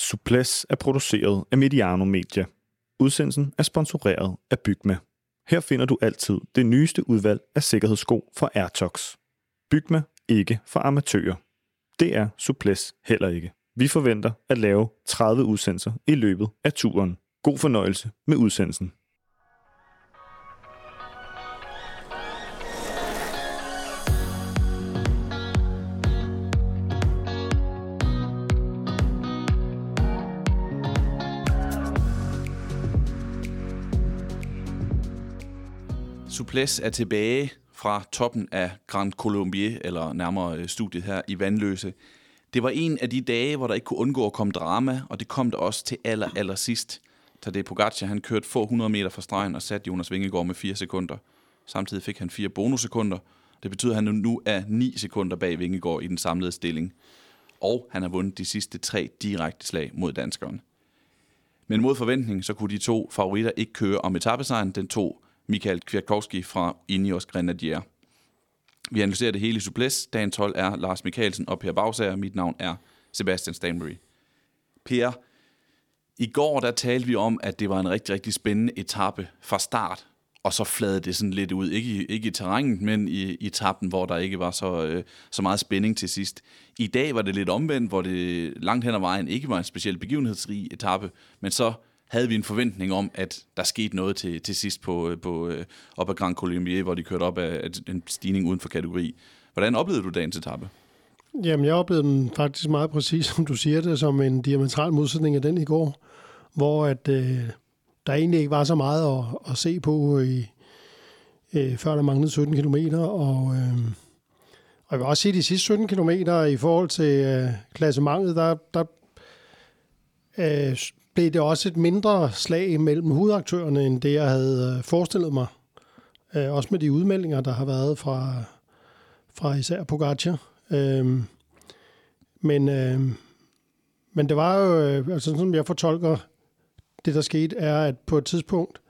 Souplesse er produceret af Mediano Media. Udsendelsen er sponsoreret af Bygma. Her finder du altid det nyeste udvalg af sikkerhedssko fra Airtox. Bygma ikke for amatører. Det er Souplesse heller ikke. Vi forventer at lave 30 udsendelser i løbet af turen. God fornøjelse med udsendelsen. Souplesse er tilbage fra toppen af Grand Colombier, eller nærmere studiet her i Vanløse. Det var en af de dage, hvor der ikke kunne undgå at komme drama, og det kom der også til allersidst. Tadej Pogačar, han kørte få 100 meter fra stregen og satte Jonas Vingegaard med 4 sekunder. Samtidig fik han 4 bonussekunder. Det betyder, at han nu er 9 sekunder bag Vingegaard i den samlede stilling. Og han har vundet de sidste 3 direkte slag mod danskeren. Men mod forventning, så kunne de 2 favoritter ikke køre om etapesejren. Den tog Michael Kwiatkowski fra Ineos Grenadier. Vi analyserer det hele i Souplesse. Dagens hold er Lars Michaelsen og Per Bagsager. Mit navn er Sebastian Stanbury. Per, i går der talte vi om, at det var en rigtig, rigtig spændende etape fra start, og så fladede det sådan lidt ud. Ikke i terrænet, men i etappen, hvor der ikke var så meget spænding til sidst. I dag var det lidt omvendt, hvor det langt hen ad vejen ikke var en specielt begivenhedsrig etape, men så havde vi en forventning om, at der skete noget til sidst op ad Grand Colombier, hvor de kørte op af en stigning uden for kategori. Hvordan oplevede du dagens etape? Jamen, jeg oplevede den faktisk meget præcis, som du siger det, som en diametral modsætning af den i går, hvor at, der egentlig ikke var så meget at se på, før der manglede 17 kilometer. Og jeg vil også sige, at de sidste 17 kilometer i forhold til klassementet, der blev det også et mindre slag mellem hovedaktørerne, end det, jeg havde forestillet mig. Også med de udmeldinger, der har været fra især Pogačar. Men det var jo, altså sådan som jeg fortolker det, der skete, er, at på et tidspunkt,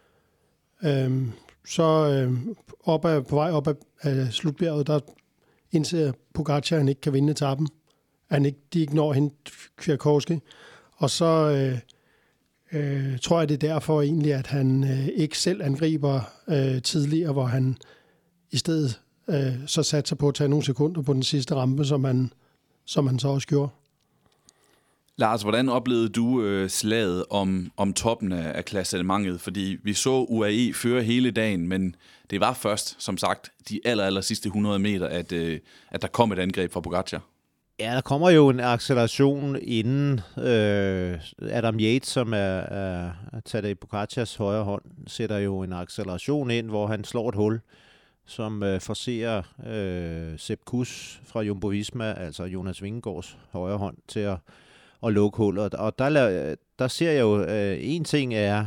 på vej op af slutbjerget, der indser Pogačar, at han ikke kan vinde etappen. De ikke når at hente Kwiatkowski. Og så tror jeg, det er derfor egentlig, at han ikke selv angriber tidligere, hvor han i stedet så satte sig på at tage nogle sekunder på den sidste rampe, som han så også gjorde. Lars, hvordan oplevede du slaget om toppen af klassementet? Fordi vi så UAE føre hele dagen, men det var først, som sagt, de aller sidste 100 meter, at der kom et angreb fra Pogačar. Ja, der kommer jo en acceleration inden Adam Yates, som er Tadej Pogačars højre hånd, sætter jo en acceleration ind, hvor han slår et hul, som forcerer Sepp Kuss fra Jumbo Visma, altså Jonas Vingegaards højre hånd, til at lukke hullet. Og der ser jeg jo, en ting er,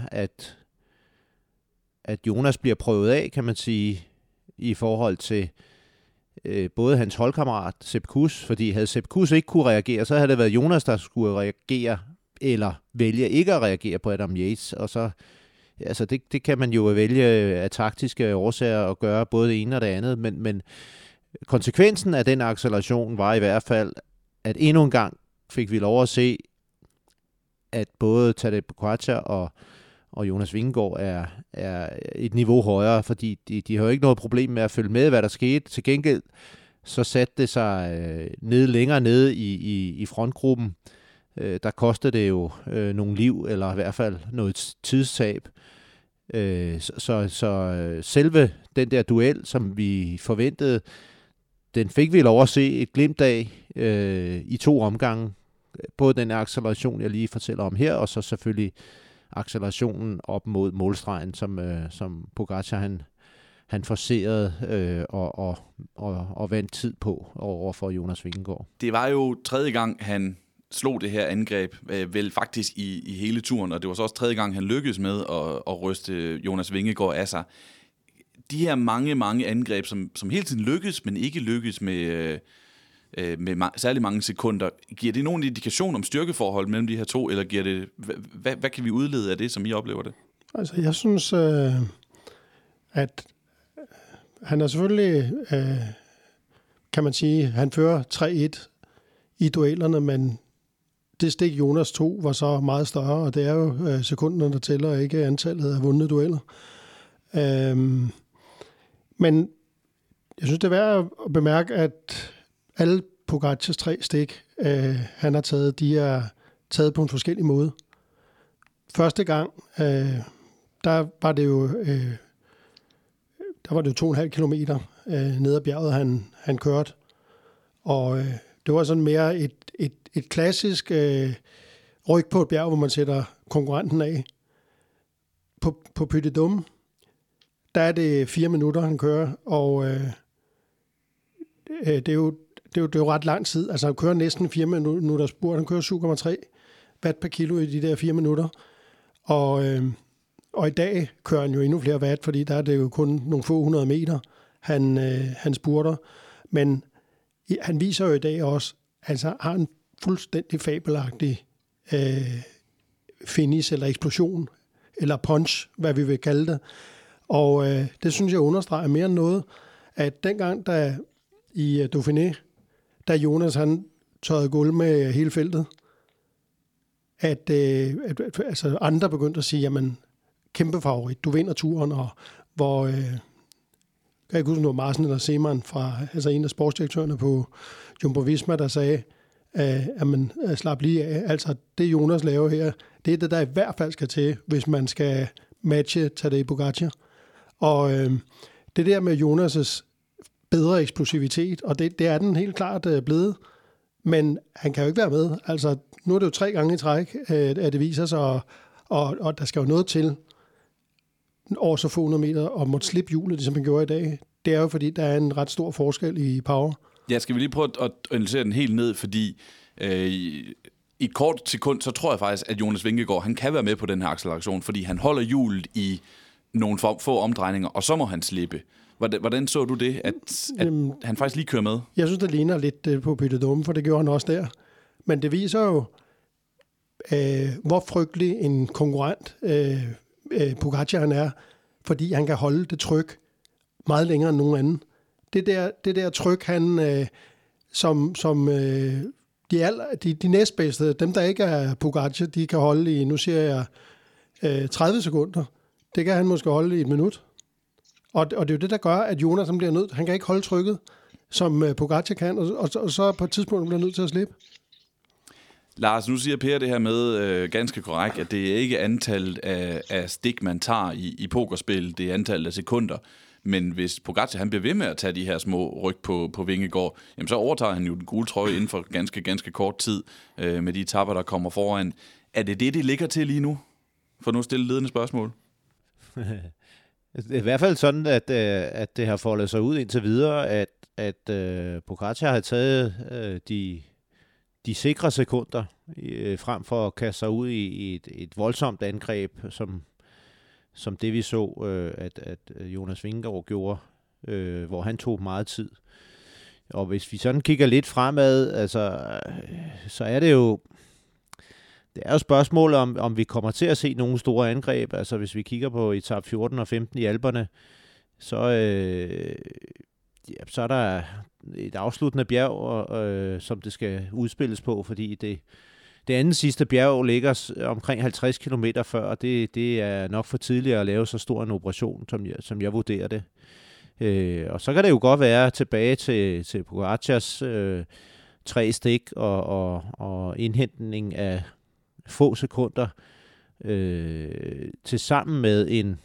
at Jonas bliver prøvet af, kan man sige, i forhold til både hans holdkammerat Sepp Kuss, fordi havde Sepp Kuss ikke kunne reagere, så havde det været Jonas, der skulle reagere, eller vælge ikke at reagere på Adam Yates, og så, altså det kan man jo vælge af taktiske årsager at gøre både det ene og det andet, men konsekvensen af den acceleration var i hvert fald, at endnu en gang fik vi lov at se, at både Tadej Pogačar og Jonas Vingegaard er et niveau højere, fordi de har jo ikke noget problem med at følge med, hvad der skete. Til gengæld så satte det sig længere nede i frontgruppen. Der kostede det jo nogle liv, eller i hvert fald noget tidstab. Så selve den der duel, som vi forventede, den fik vi lov at se et glimt af i 2 omgange. Både den acceleration, jeg lige fortæller om her, og så selvfølgelig accelerationen op mod målstregen, som Pogačar han forcerede og vandt tid på over for Jonas Vingegaard. Det var jo 3. gang, han slog det her angreb, vel faktisk i hele turen, og det var så også 3. gang, han lykkedes med at ryste Jonas Vingegaard af sig. De her mange angreb, som hele tiden lykkes, men ikke lykkes med særlig mange sekunder. Giver det nogen indikation om styrkeforhold mellem de her 2, eller giver det, hvad kan vi udlede af det, som I oplever det? Altså, jeg synes, at han er selvfølgelig, kan man sige, han fører 3-1 i duellerne, men det stik Jonas tog var så meget større, og det er jo sekunderne, der tæller, ikke antallet af vundne dueller. Men jeg synes, det er værd at bemærke, at alle Pogacars 3 stik, han har taget, de er taget på en forskellig måde. Første gang, der var det jo 2,5 kilometer ned ad bjerget, han kørte. Og det var sådan mere et klassisk ryg på et bjerg, hvor man sætter konkurrenten af. På Puy de Dôme, der er det 4 minutter, han kører, og det er jo ret lang tid. Altså han kører næsten 4 minutter spurt. Han kører 7,3 watt per kilo i de der 4 minutter. Og i dag kører han jo endnu flere watt, fordi der er det jo kun nogle få 100 meter, han spurter. Men han viser jo i dag også, altså har en fuldstændig fabelagtig finish eller eksplosion, eller punch, hvad vi vil kalde det. Og det synes jeg understreger mere end noget, at dengang der i Dauphiné, da Jonas han tørrede gulv med hele feltet, at altså andre begyndte at sige, jamen kæmpe favorit, du vinder turen, og hvor kan jeg ikke huske, det var Marsen eller Seemann fra, altså en af sportsdirektørerne på Jumbo Visma, der sagde, at man slap lige af. Altså det Jonas laver her, det er det, der i hvert fald skal til, hvis man skal matche Tadej Pogačar. Og det der med Jonas' bedre eksplosivitet, og det er den helt klart blevet, men han kan jo ikke være med. Altså nu er det jo 3 gange i træk, at det viser sig, og der skal jo noget til over så få 100 meter, og måtte slippe hjulet, ligesom han gjorde i dag. Det er jo fordi, der er en ret stor forskel i power. Ja, skal vi lige prøve at analysere den helt ned, fordi i et kort sekund, så tror jeg faktisk, at Jonas Vingegaard, han kan være med på den her acceleration, fordi han holder hjulet i nogle få omdrejninger, og så må han slippe. Hvordan så du det, at han faktisk lige kører med? Jeg synes, det ligner lidt på Puy de Dôme, for det gjorde han også der. Men det viser jo, hvor frygtelig en konkurrent Pogačar han er, fordi han kan holde det tryk meget længere end nogen anden. Det der tryk, han som de næstbedste, dem der ikke er Pogačar, de kan holde i, nu siger jeg 30 sekunder. Det kan han måske holde i 1 minut. Og det er jo det, der gør, at Jonas han bliver nødt. Han kan ikke holde trykket, som Pogačar kan, og så på et tidspunkt bliver nødt til at slippe. Lars, nu siger Per det her med ganske korrekt, at det er ikke antallet af stik, man tager i pokerspil, det er antallet af sekunder. Men hvis Pogačar han bliver ved med at tage de her små ryg på Vingegaard, jamen så overtager han jo den gule trøje inden for ganske kort tid med de etapper, der kommer foran. Er det ligger til lige nu? For nu at stille ledende spørgsmål. Det er i hvert fald sådan, at det har foldet sig ud indtil videre, at Pogačar har taget de sikre sekunder frem for at kaste sig ud i et voldsomt angreb, som det vi så, at Jonas Vingegaard gjorde, hvor han tog meget tid. Og hvis vi sådan kigger lidt fremad, altså, så er det jo spørgsmålet, om vi kommer til at se nogle store angreb. Altså hvis vi kigger på etape 14 og 15 i Alperne, så er der et afsluttende bjerg, som det skal udspilles på, fordi det andet sidste bjerg ligger omkring 50 km før, og det er nok for tidligt at lave så stor en operation, som jeg vurderer det. Og så kan det jo godt være tilbage til Pogacars 3 stik og indhentning af få sekunder til sammen med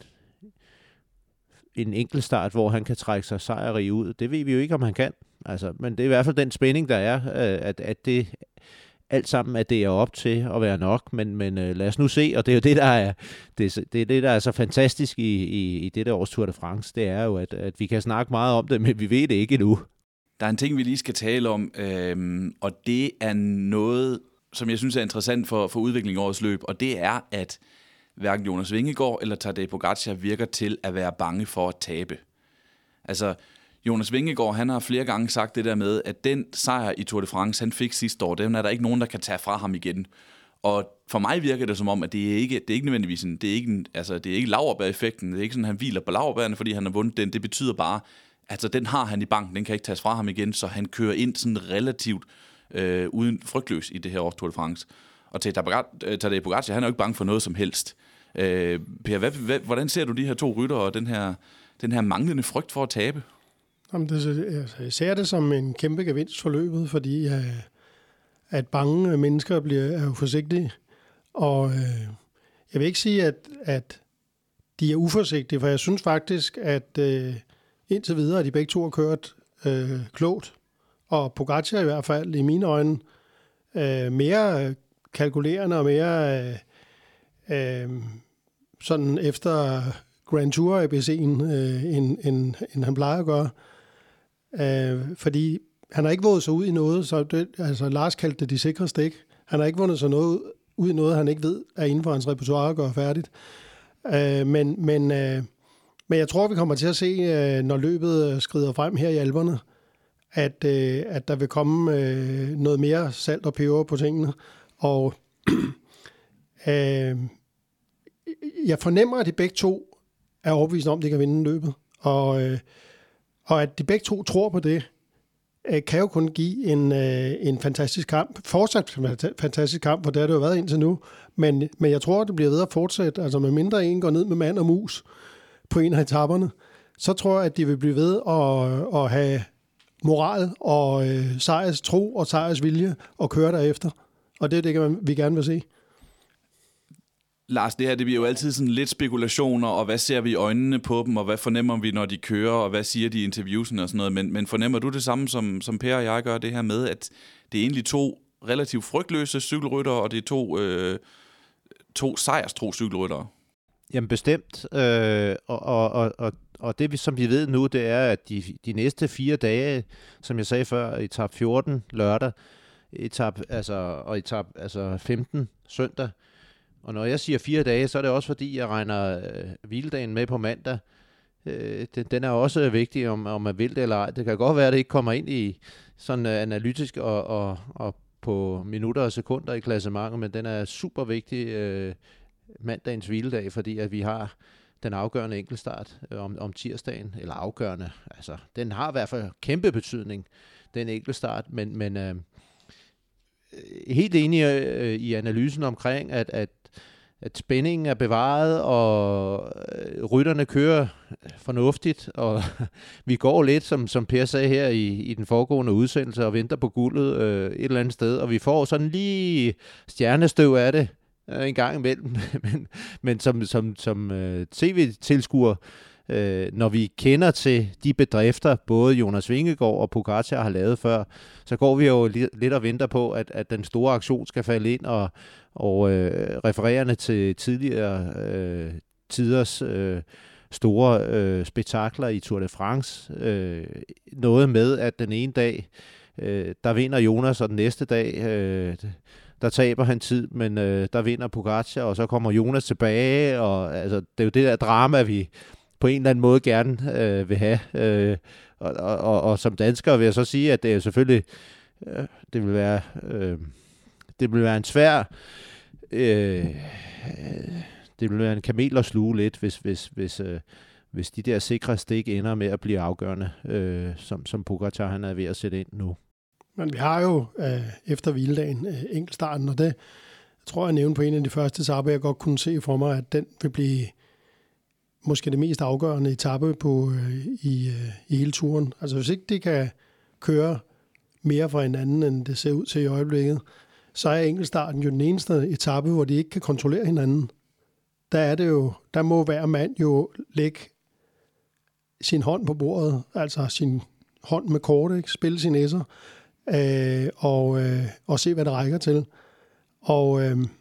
en enkeltstart, hvor han kan trække sig sejrig ud. Det ved vi jo ikke, om han kan. Altså, men det er i hvert fald den spænding, der er, at det alt sammen, at det er op til at være nok. Men lad os nu se, og det er jo det, der er så fantastisk i dette års Tour de France, det er jo, at vi kan snakke meget om det, men vi ved det ikke endnu. Der er en ting, vi lige skal tale om, og det er noget, som jeg synes er interessant for udviklingen i årets løb, og det er, at hverken Jonas Vingegaard eller Tadej Pogačar virker til at være bange for at tabe. Altså, Jonas Vingegaard, han har flere gange sagt det der med, at den sejr i Tour de France, han fik sidste år, den er der ikke nogen, der kan tage fra ham igen. Og for mig virker det som om, at det er ikke nødvendigvis det er ikke laurbær-effekten, det er ikke sådan, at han hviler på laurbærne, fordi han har vundet den. Det betyder bare, altså den har han i banken, den kan ikke tages fra ham igen, så han kører ind sådan relativt uden frygtløs i det her års Tour de France. Og Tadej Pogačar, han er jo ikke bange for noget som helst. Per, hvordan ser du de her to ryttere og den her manglende frygt for at tabe? Jamen, jeg ser det som en kæmpe gevinst for løbet, fordi at bange mennesker er jo forsigtige. Og jeg vil ikke sige, at de er uforsigtige, for jeg synes faktisk, at indtil videre, at de begge to har kørt klogt. Og Pogačar i hvert fald, i mine øjne, mere kalkulerende og mere sådan efter Grand Tour ABC'en, end han plejer at gøre. Fordi han har ikke vundet sig ud i noget, altså Lars kaldte det de sikre stik. Han har ikke vundet sig ud i noget, han ikke ved, er inden for hans repertoire at gøre færdigt. Men jeg tror, vi kommer til at se, når løbet skrider frem her i Alperne, at der vil komme noget mere salt og peber på tingene. Og jeg fornemmer, at de begge to er overbevist om, at de kan vinde løbet. Og at de begge to tror på det, kan jo kun give en fantastisk kamp. Fortsat fantastisk kamp, for det har det jo været indtil nu. Men jeg tror, at det bliver ved at fortsætte. Altså med mindre en går ned med mand og mus på en af etaperne, så tror jeg, at de vil blive ved at have moral og sejrs tro og sejrs vilje og køre derefter. Og det er det, vi gerne vil se. Lars, det bliver jo altid sådan lidt spekulationer, og hvad ser vi i øjnene på dem, og hvad fornemmer vi, når de kører, og hvad siger de i interviewsene og sådan noget. Men fornemmer du det samme, som Per og jeg gør, det her med, at det er egentlig to relativt frygtløse cykelryttere, og det er to sejrstro cykelryttere? Jamen bestemt. Og det, som vi ved nu, det er, at de næste 4 dage, som jeg sagde før, etape 14 lørdag, etape 15 søndag. Og når jeg siger 4 dage, så er det også fordi, jeg regner hviledagen med på mandag. Den er også vigtig, om man vil det eller ej. Det kan godt være, at det ikke kommer ind i sådan analytisk og på minutter og sekunder i klassementet, men den er super vigtig mandagens hviledag, fordi at vi har den afgørende enkeltstart om tirsdagen, eller afgørende. Altså, den har i hvert fald kæmpe betydning, den enkeltstart, men helt enig i analysen omkring, at spændingen er bevaret, og rytterne kører fornuftigt, og vi går lidt, som Per sagde her i den foregående udsendelse, og venter på guldet et eller andet sted, og vi får sådan lige stjernestøv af det en gang imellem, men som tv-tilskuer, når vi kender til de bedrifter, både Jonas Vingegaard og Pogačar har lavet før, så går vi jo lidt og venter på, at den store aktion skal falde ind, og refererende til tidligere tiders store spektakler i Tour de France, noget med, at den ene dag, der vinder Jonas, og den næste dag, der taber han tid, men der vinder Pogačar, og så kommer Jonas tilbage, og altså, det er jo det der drama, vi på en eller anden måde gerne vil have. Og som dansker vil jeg så sige, at det er selvfølgelig, det vil være en svær, det vil være en kamel at sluge lidt, hvis de der sikre stik ender med at blive afgørende, som Pogačar han er ved at sætte ind nu. Men vi har jo efter hviledagen enkeltstarten, og det jeg tror jeg nævnte på en af de første etaper, jeg godt kunne se for mig, at den vil blive måske det mest afgørende etape i hele turen. Altså hvis ikke de kan køre mere fra hinanden, end det ser ud til i øjeblikket, så er enkeltstarten jo den eneste etape, hvor de ikke kan kontrollere hinanden. Der må hver mand jo lægge sin hånd på bordet, altså sin hånd med kort, ikke? Spille sine esser, og se, hvad det rækker til. Og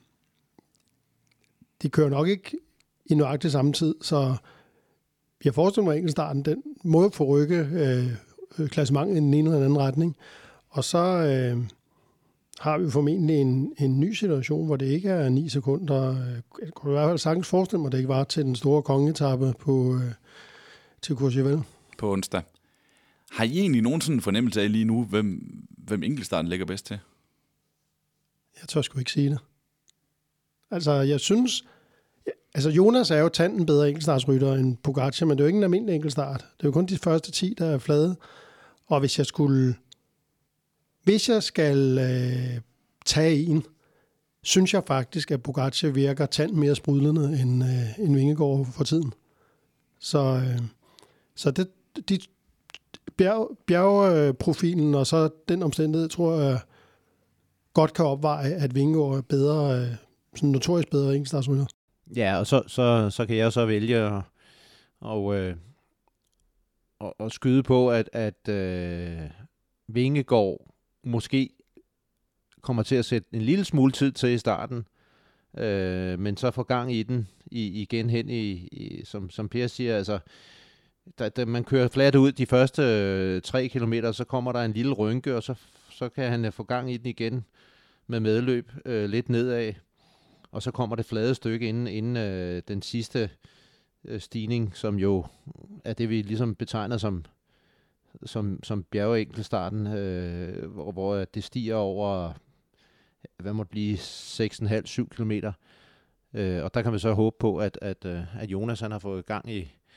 de kører nok ikke i nøjagtig samme tid, så jeg forestiller mig, at enkeltstarten, den må forrykke klassementet i den ene eller anden retning. Og så har vi formentlig en ny situation, hvor det ikke er 9 sekunder. Jeg kunne i hvert fald sagtens forestille mig, at det ikke var til den store kongeetappe til Courchevel. På onsdag. Har I egentlig nogen sådan fornemmelse af lige nu, hvem enkeltstarten ligger bedst til? Jeg tør sgu ikke sige det. Altså, jeg synes... Altså, Jonas er jo tanden bedre enkeltstartsrytter end Pogačar, men det er jo ikke en almindelig enkeltstart. Det er jo kun de første 10, der er flade. Og hvis jeg skulle Hvis jeg skal tage en, synes jeg faktisk, at Pogacar virker tand mere sprudlende end Vingegaard for tiden. Så de bjergprofilen og så den omstændighed, tror jeg, godt kan opveje, at Vingegaard er bedre, sådan notorisk bedre enkeltstartsrytter. Ja, og så kan jeg så vælge at skyde på, at Vingegaard måske kommer til at sætte en lille smule tid til i starten, men så får gang i den igen hen som Per siger, altså da man kører fladt ud de første 3 kilometer, så kommer der en lille rynke, og så kan han få gang i den igen med medløb lidt nedad, og så kommer det flade stykke inden den sidste stigning, som jo er det, vi ligesom betegner som bjergeenkeltstarten, hvor det stiger over, hvad må det blive, 6,5-7 kilometer. Og der kan vi så håbe på, at Jonas han har fået gang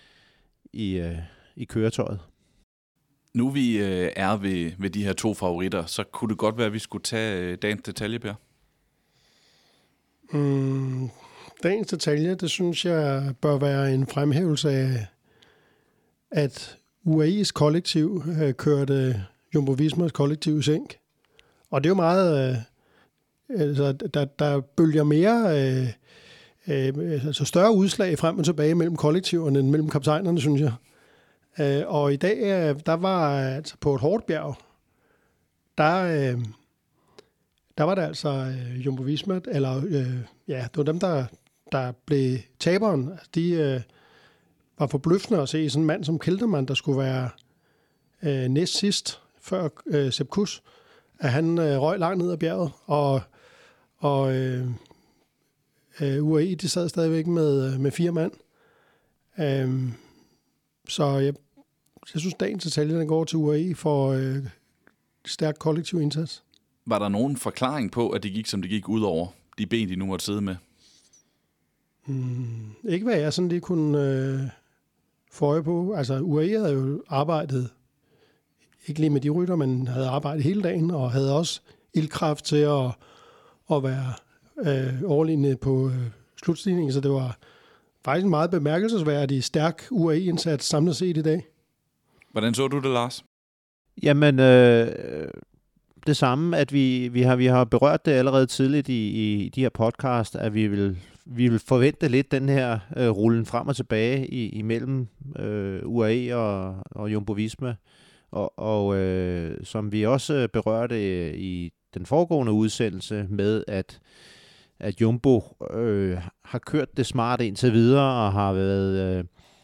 i køretøjet. Nu vi er ved de her 2 favoritter, så kunne det godt være, at vi skulle tage dagens detalje, Per. Dagens detalje, det synes jeg bør være en fremhævelse af, at UAE's kollektiv kørte Jumbo-Vismas kollektiv i sænk. Og det er jo meget, altså, der bølger mere, altså større udslag frem og tilbage mellem kollektiverne end mellem kaptajnerne, synes jeg. Og i dag, der var altså på et hårdt bjerg, der var det altså Jumbo-Visma, eller det var dem, der blev taberen. Altså, de var forbløffende at se sådan en mand som Kelderman, der skulle være næst sidst før Sepp Kuss, at han røg langt ned ad bjerget, og UAE, de sad stadigvæk med 4 mand. Så jeg synes, dagens detalje går til UAE for stærk kollektiv indsats. Var der nogen forklaring på, at det gik, som det gik, ud over de ben, de nu måtte sidde med? Ikke hvad jeg sådan lige kunne få øje på. Altså, UAE havde jo arbejdet, ikke lige med de rytter, men havde arbejdet hele dagen, og havde også ildkraft til at være overliggende på slutstigningen, så det var faktisk en meget bemærkelsesværdig, stærk UAE-indsats samlet set i dag. Hvordan så du det, Lars? Jamen, det samme, at vi har berørt det allerede tidligt i de her podcast, at vi vil forvente lidt den her rullen frem og tilbage imellem UAE og Jumbo-Visma, og som vi også berørte i den foregående udsendelse med, at Jumbo har kørt det smart indtil videre og har været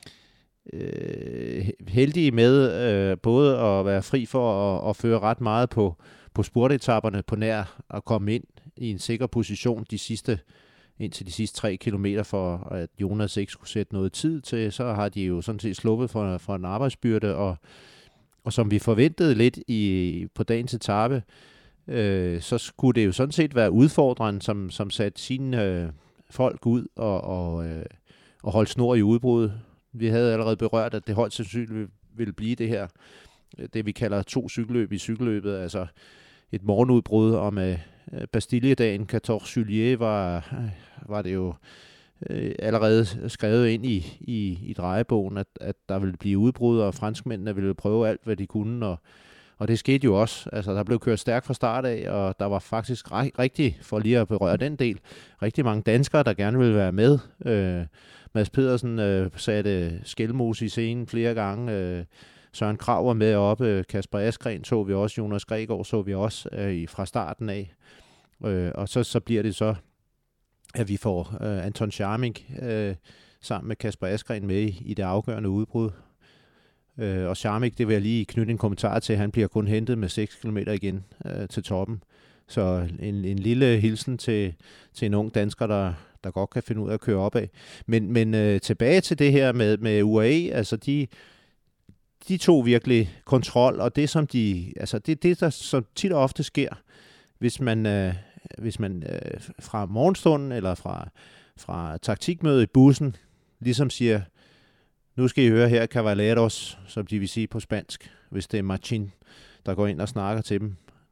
heldige med både at være fri for at føre ret meget på spurtetapperne på nær at komme ind i en sikker position indtil de sidste 3 kilometer, for at Jonas ikke skulle sætte noget tid til. Så har de jo sådan set sluppet for en arbejdsbyrde, og som vi forventede lidt på dagens etape, så skulle det jo sådan set være udfordreren, som satte sine folk ud og holdt snor i udbruddet. Vi havde allerede berørt, at det højst sandsynligt ville blive det vi kalder 2 cykelløb i cykelløbet, altså et morgenudbrud, og med Bastilledagen 14 juillet var det jo allerede skrevet ind i drejebogen, at der ville blive udbrud, og franskmændene ville prøve alt, hvad de kunne, og det skete jo også. Altså, der blev kørt stærkt fra start af, og der var faktisk rigtig, for lige at berøre den del, rigtig mange danskere, der gerne ville være med. Mads Pedersen satte Skelmos i scenen flere gange. Søren Krag var med oppe. Kasper Askren så vi også. Jonas Gregor så vi også fra starten af. Og så bliver det så, at vi får Anton Charmik sammen med Kasper Askren med i det afgørende udbrud. Og Charmik, det vil jeg lige knytte en kommentar til, han bliver kun hentet med 6 km igen til toppen. Så en lille hilsen til en ung dansker, der godt kan finde ud af at køre opad. Men tilbage til det her med UAE, altså de tog virkelig kontrol, og det som det der som tit og ofte sker, hvis man fra morgenstunden eller fra taktikmødet i bussen ligesom siger, nu skal I høre her Cavaleros, som de vil sige på spansk, hvis det er Martin, der går ind og snakker til dem.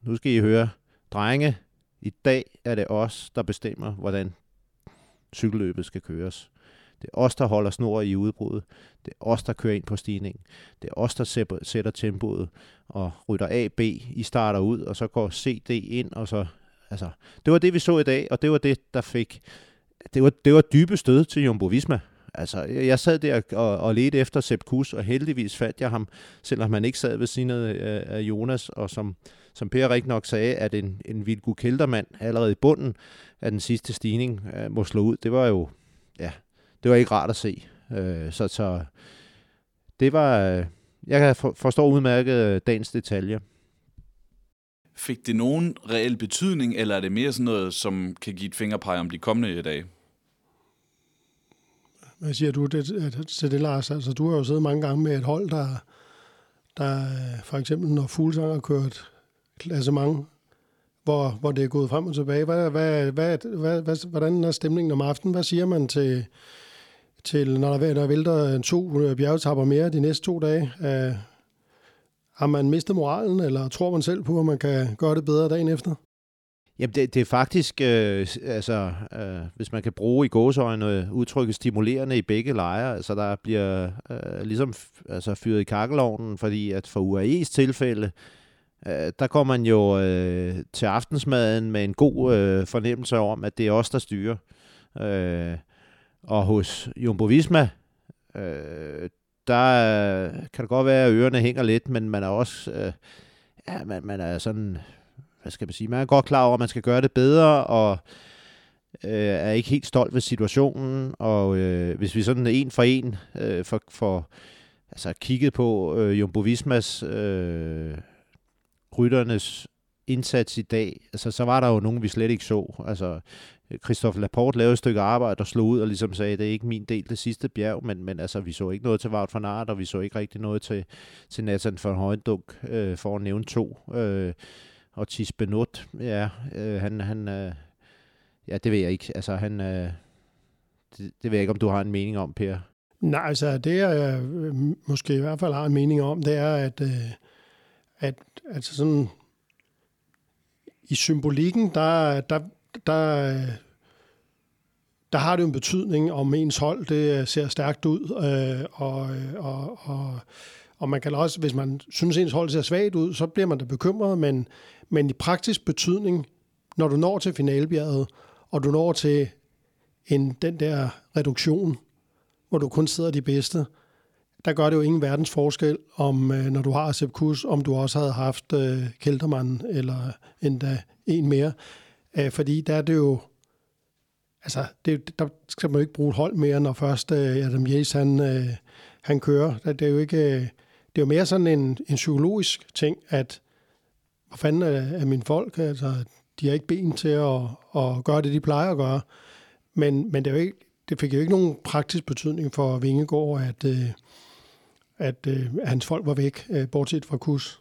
nu skal I høre, drenge, i dag er det os, der bestemmer, hvordan cykelløbet skal køres. Det er os, der holder snor i udbruddet. Det er os, der kører ind på stigningen. Det er os, der sætter tempoet og rytter A, B. I starter ud, og så går C, D ind, og så... Altså, det var det, vi så i dag, og det var det, der fik... Det var dybe stød til Jumbo Visma. Altså, jeg sad der og ledte efter Sepp Kuss, og heldigvis fandt jeg ham, selvom han ikke sad ved siden af Jonas, og som Per rigtig nok sagde, at en Wilco Kelderman allerede i bunden af den sidste stigning må slå ud. Det var jo... Ja, det var ikke rart at se. Så det var... Jeg kan forstå udmærket dagens detaljer. Fik det nogen reel betydning, eller er det mere sådan noget, som kan give et fingerpeg om de kommende dage? Hvad siger du til det, Lars? Altså, du har jo siddet mange gange med et hold, der for eksempel, når Fuglsang har kørt klassement, hvor det er gået frem og tilbage. Hvordan er stemningen om aftenen? Hvad siger man til når der vælter 2 bjergetapper mere de næste 2 dage? Har man mistet moralen, eller tror man selv på, at man kan gøre det bedre dagen efter? Jamen, det er faktisk, hvis man kan bruge i gåseøjne udtrykket stimulerende i begge lejre, altså der bliver ligesom fyret i kakkelovnen, fordi at for UAE's tilfælde, der går man jo til aftensmaden med en god fornemmelse om, at det er os, der styrer. Og hos Jumbo Visma, der kan det godt være, at ørerne hænger lidt, men man er også, man er sådan, hvad skal man sige, man er godt klar over, at man skal gøre det bedre, og er ikke helt stolt ved situationen, og hvis vi sådan en for en får kigget på Jumbo Vismas rytternes indsats i dag, altså, så var der jo nogen, vi slet ikke så. Altså, Christophe Laporte lavede et stykke arbejde og slog ud og ligesom sagde, det er ikke min del, det sidste bjerg, men altså, vi så ikke noget til Wout van Aert, og vi så ikke rigtig noget til Nathan van Hooydonk, for at nævne 2. Og Thies Benoot, ja, det ved jeg ikke. Altså, det ved jeg ikke, om du har en mening om, Per. Nej, altså, det jeg måske i hvert fald har en mening om, det er, at altså sådan, i symbolikken, der har det jo en betydning, om ens hold det ser stærkt ud, og man kan også, hvis man synes, ens hold ser svagt ud, så bliver man da bekymret, men i praktisk betydning, når du når til finalebjerget, og du når til den der reduktion, hvor du kun sidder de bedste, der gør det jo ingen verdens forskel, om når du har Sepp Kuss, om du også havde haft Kelderman, eller endda en mere. Fordi der er det jo, altså, der skal man jo ikke bruge et hold mere, når først Adam Yates, han kører. Det er jo ikke, det er jo mere sådan en psykologisk ting, at hvor fanden er mine folk? Altså, de har ikke ben til at gøre det, de plejer at gøre. Men det er jo ikke, det fik jo ikke nogen praktisk betydning for Vingegaard, at hans folk var væk, bortset fra Kuss.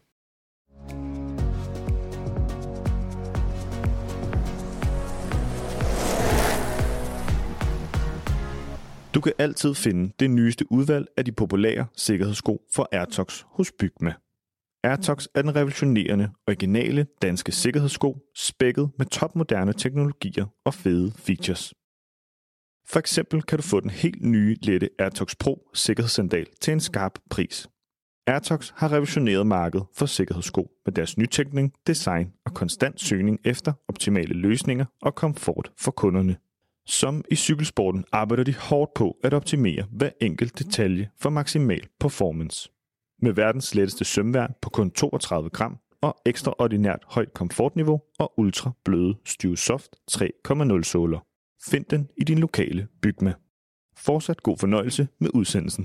Du kan altid finde det nyeste udvalg af de populære sikkerhedssko for Airtox hos Bygma. Airtox er den revolutionerende, originale danske sikkerhedssko, spækket med topmoderne teknologier og fede features. For eksempel kan du få den helt nye lette Airtox Pro sikkerhedssandal til en skarp pris. Airtox har revolutioneret markedet for sikkerhedssko med deres nytænkning, design og konstant søgning efter optimale løsninger og komfort for kunderne. Som i cykelsporten arbejder de hårdt på at optimere hver enkelt detalje for maksimal performance. Med verdens letteste sømværn på kun 32 gram og ekstraordinært højt komfortniveau og ultra bløde StuSoft 3.0 såler. Find den i din lokale Bygma. Fortsat god fornøjelse med udsendelsen.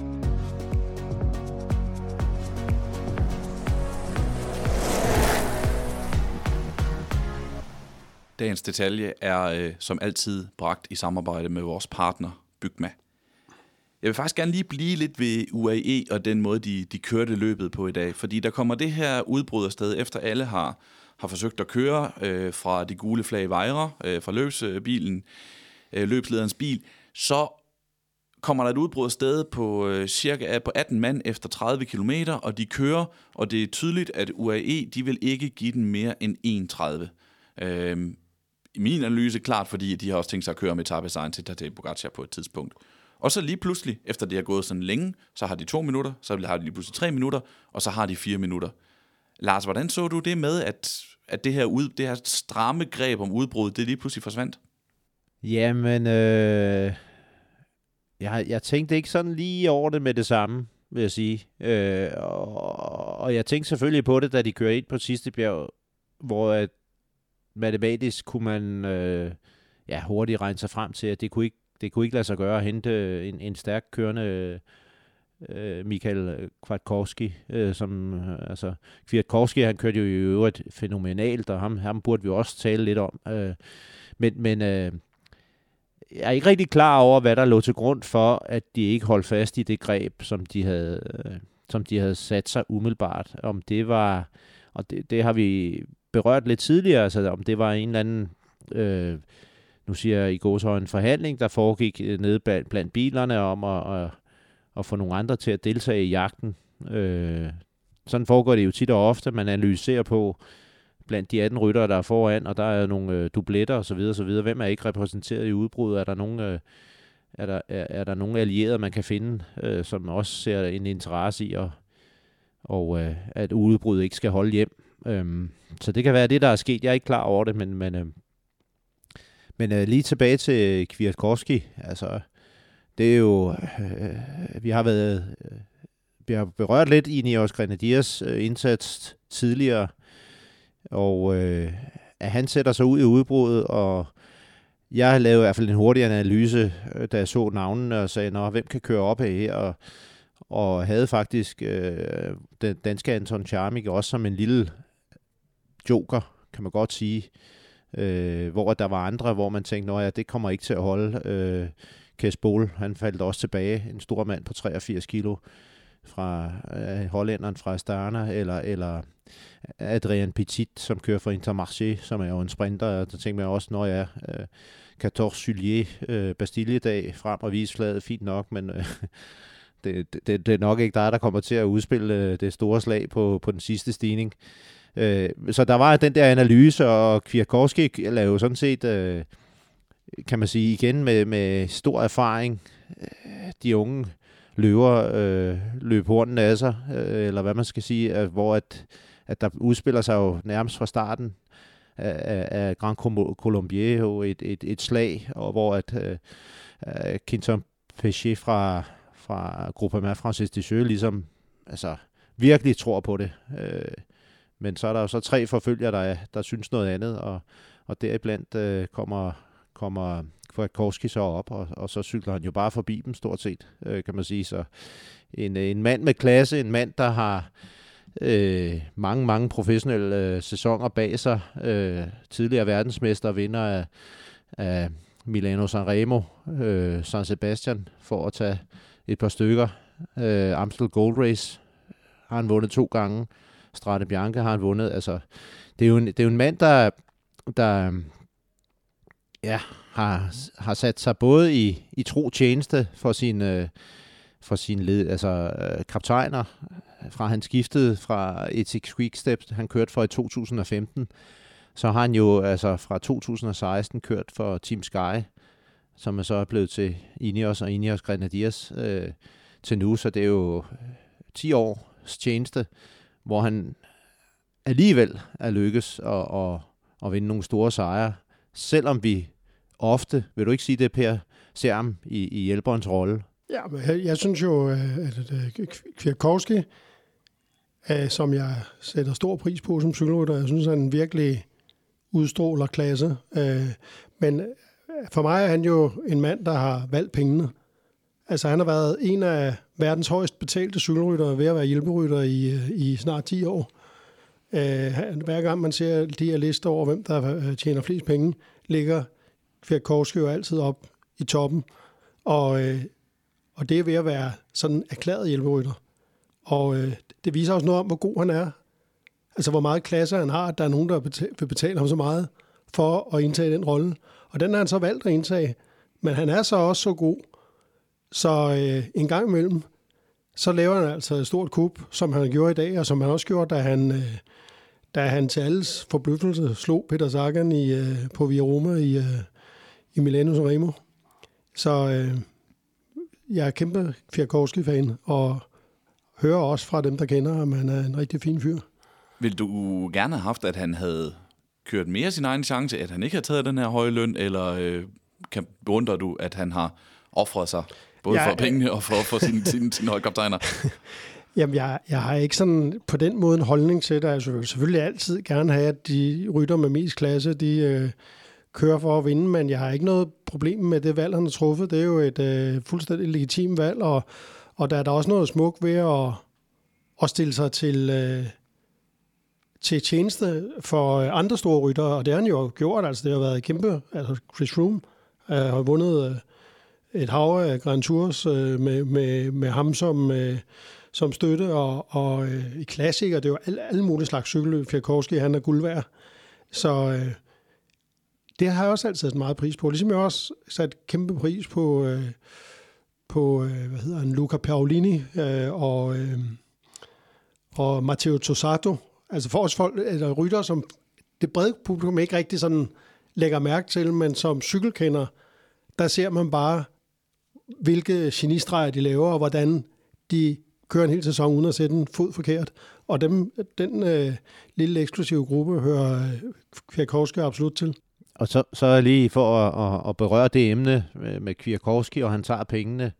Dagens detalje er som altid bragt i samarbejde med vores partner Bygma. Jeg vil faktisk gerne lige blive lidt ved UAE og den måde, de kørte løbet på i dag. Fordi der kommer det her udbrud afsted, efter alle har forsøgt at køre fra de gule flag Vejre, fra løbslederens bil. Så kommer der et udbrud af sted på cirka på 18 mand efter 30 kilometer, og de kører, og det er tydeligt, at UAE, de vil ikke give den mere end 1.30. I min analyse klart, fordi de har også tænkt sig at køre med etapesejren til Tadej Pogačar på et tidspunkt. Og så lige pludselig, efter det har gået sådan længe, så har de 2 minutter, så har de lige pludselig 3 minutter, og så har de 4 minutter. Lars, hvordan så du det med, at det her stramme greb om udbrud, det lige pludselig forsvandt? Jamen, jeg tænkte ikke sådan lige over det med det samme, vil jeg sige. Og jeg tænkte selvfølgelig på det, da de kørte ind på sidste bjerg, hvor at matematisk kunne man hurtigt regne sig frem til, at det kunne ikke lade sig gøre at hente en stærk kørende Michael Kwiatkowski, Kwiatkowski, han kørte jo i øvrigt fænomenalt, og ham burde vi også tale lidt om. Men jeg er ikke rigtig klar over, hvad der lå til grund for, at de ikke holdt fast i det greb, som de havde sat sig umiddelbart. Om det var, og det har vi berørt lidt tidligere, altså om det var en eller anden, nu siger jeg i gåseøjne, forhandling, der foregik nede blandt bilerne om at få nogle andre til at deltage i jagten. Sådan foregår det jo tit og ofte. Man analyserer på blandt de 18 ryttere, der er foran, og der er nogle dubletter osv. Hvem er ikke repræsenteret i udbruddet? Er der nogle allierede, man kan finde, som også ser en interesse i, at udbruddet ikke skal holde hjem? Så det kan være det, der er sket. Jeg er ikke klar over det, men lige tilbage til Kwiatkowski. Altså, det er jo... Vi har berørt lidt i Ineos Grenadiers indsats tidligere, og at han sætter sig ud i udbruddet, og jeg lavede i hvert fald en hurtig analyse, da jeg så navnene og sagde, hvem kan køre op af her, og havde faktisk den danske Anton Charmik også som en lille joker, kan man godt sige, hvor der var andre, hvor man tænkte, det kommer ikke til at holde. Kees Bol, han faldt også tilbage, en stor mand på 83 kilo, fra hollænderen fra Astana, eller Adrian Petit, som kører for Intermarché, som er jo en sprinter, og der tænker man også, 14 juillet, Bastilledag, frem og vise flaget, fint nok, men det er nok ikke dig, der kommer til at udspille det store slag på den sidste stigning. Så der var den der analyse, og Kwiatkowski lavede jo sådan set, kan man sige igen, med stor erfaring, de unge løb hornen af sig, eller hvad man skal sige, hvor at der udspiller sig jo nærmest fra starten af Grand Colombier jo et slag, og hvor at Quinton Péchet fra Groupama Francis Deschaux ligesom virkelig tror på det. Men så er der jo så 3 forfølgere, der synes noget andet, og deriblandt kommer Kwiatkowski så op, og så cykler han jo bare forbi dem stort set, kan man sige. Så en mand med klasse, en mand, der har mange professionelle sæsoner bag sig, tidligere verdensmester, vinder af Milano Sanremo, San Sebastian, for at tage et par stykker. Amstel Gold Race har han vundet 2 gange, Strade Bianche har han vundet. Altså, det er jo en mand, der har sat sig både i tro tjeneste for sin led, kaptajner, fra han skiftede fra Ethics Quickstep, han kørte for i 2015, så har han jo fra 2016 kørt for Team Sky, som er så blevet til Ineos og Ineos Grenadiers til nu, så det er jo 10 års tjeneste, hvor han alligevel er lykkes at vinde nogle store sejre, selvom vi ofte, vil du ikke sige det, Per, ser ham i hjælperens rolle? Ja, men jeg synes jo, at Kwiatkowski, som jeg sætter stor pris på som cykelrytter, jeg synes, han virkelig udstråler klasse. Men for mig er han jo en mand, der har valgt pengene. Altså, han har været en af verdens højst betalte cykelryttere ved at være hjælperytter i snart 10 år. Hver gang man ser de her lister over, hvem der tjener flest penge, ligger Kwiatkowski jo altid op i toppen. Og det er ved at være sådan erklæret hjælperytter. Og det viser også noget om, hvor god han er. Altså, hvor meget klasse han har, at der er nogen, der vil betale ham så meget for at indtage den rolle. Og den har han så valgt at indtage. Men han er så også så god, Så en gang imellem, så laver han altså et stort kup, som han gjorde i dag, og som han også gjorde, da han til alles forbløffelse slog Peter Sagan på Via Roma i Milano Sanremo. Så jeg er kæmpe Kwiatkowski-fan, og hører også fra dem, der kender ham, han er en rigtig fin fyr. Vil du gerne have haft, at han havde kørt mere sin egen chance, at han ikke havde taget den her høje løn, eller beundrer du, at han har offret sig, både for pengene og for sine holdkaptajner? Jamen, jeg har ikke sådan på den måde en holdning til det. Altså, jeg vil selvfølgelig altid gerne have, at de rytter med mest klasse, de kører for at vinde, men jeg har ikke noget problem med det valg, han har truffet. Det er jo et fuldstændig legitimt valg, og der er der også noget smukt ved at stille sig til tjeneste for andre store ryttere, og det har han jo gjort. Altså, det har været kæmpe. Altså, Chris Froome har vundet et hav af Grand Tours med ham som støtte, og i klassiker, det er jo alle mulige slags cykelløb. Kwiatkowski, han er guld værd. Så det har jeg også altid sat meget pris på. Ligesom jeg også sat kæmpe pris på Luca Paolini og Matteo Tosato. Altså for os folk, eller rytter, som det brede publikum ikke rigtig sådan lægger mærke til, men som cykelkender, der ser man bare, hvilke genistreger de laver, og hvordan de kører en hel sæson uden at sætte en fod forkert. Og den lille eksklusive gruppe hører Kwiatkowski absolut til. Og så lige for at berøre det emne med Kwiatkowski, og han tager pengene,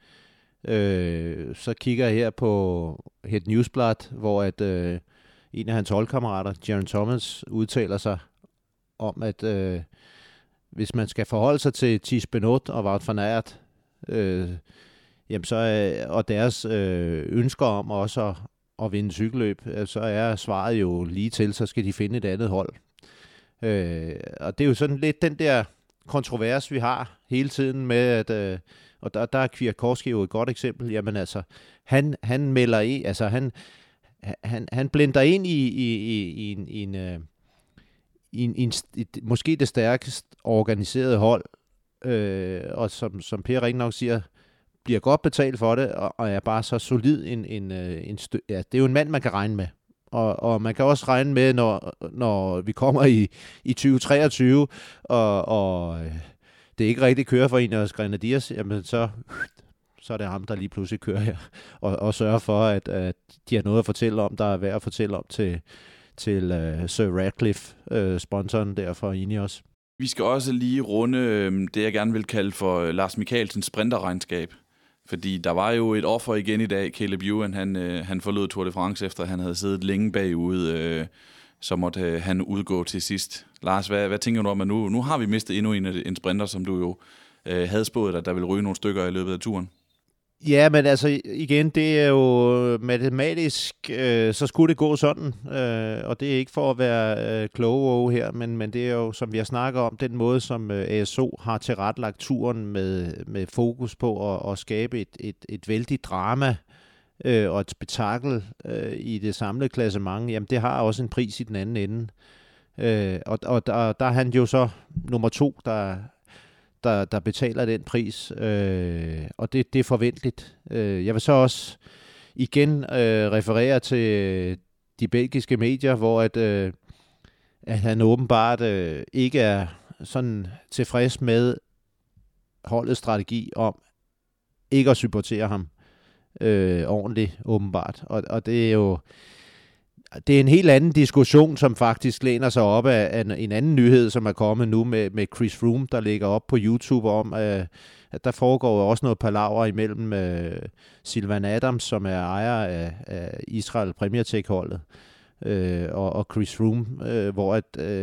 så kigger jeg her på Het Nieuwsblad, hvor en af hans holdkammerater, Geraint Thomas, udtaler sig om, at hvis man skal forholde sig til Thies Benoot og Wout van Aert, jamen og deres ønsker om også at vinde cykelløb, så er svaret jo lige til, så skal de finde et andet hold. Og det er jo sådan lidt den der kontrovers, vi har hele tiden med, at og der er Kwiatkowski jo et godt eksempel. Jamen altså, han melder i, altså han blender ind i en måske det stærkest organiserede hold, og som Per rigtig nok siger, bliver godt betalt for det, og er bare så solid ja, det er jo en mand, man kan regne med. Og man kan også regne med, når vi kommer i 2023, og det ikke rigtig kører for en af os Grenadiers, jamen så er det ham, der lige pludselig kører her, og sørger for, at de har noget at fortælle om, der er værd at fortælle om til Sir Radcliffe, sponsoren der for Ineos. Vi skal også lige runde det, jeg gerne vil kalde for Lars Michaelsens sprinterregnskab. Fordi der var jo et offer igen i dag. Caleb Ewan, han forlod Tour de France, efter han havde siddet længe bagude. Så måtte han udgå til sidst. Lars, hvad tænker du om, at nu har vi mistet endnu en sprinter, som du jo havde spået, at der vil ryge nogle stykker i løbet af turen? Ja, men altså igen, det er jo matematisk, så skulle det gå sådan, og det er ikke for at være kloge her, men det er jo, som vi har snakket om, den måde, som ASO har tilrettelagt turen med fokus på at skabe et vældigt drama og et spektakel i det samlede klassement, jamen det har også en pris i den anden ende. Og der er han jo så nummer 2, der betaler den pris, og det er forventeligt. Jeg vil så også igen referere til de belgiske medier, hvor at han åbenbart ikke er sådan tilfreds med holdets strategi om ikke at supportere ham ordentligt, åbenbart. Og det er jo det er en helt anden diskussion, som faktisk læner sig op af en anden nyhed, som er kommet nu med Chris Froome, der ligger op på YouTube om, at der foregår også noget palaver imellem Sylvain Adams, som er ejer af Israel Premier Tech-holdet, og Chris Froome, hvor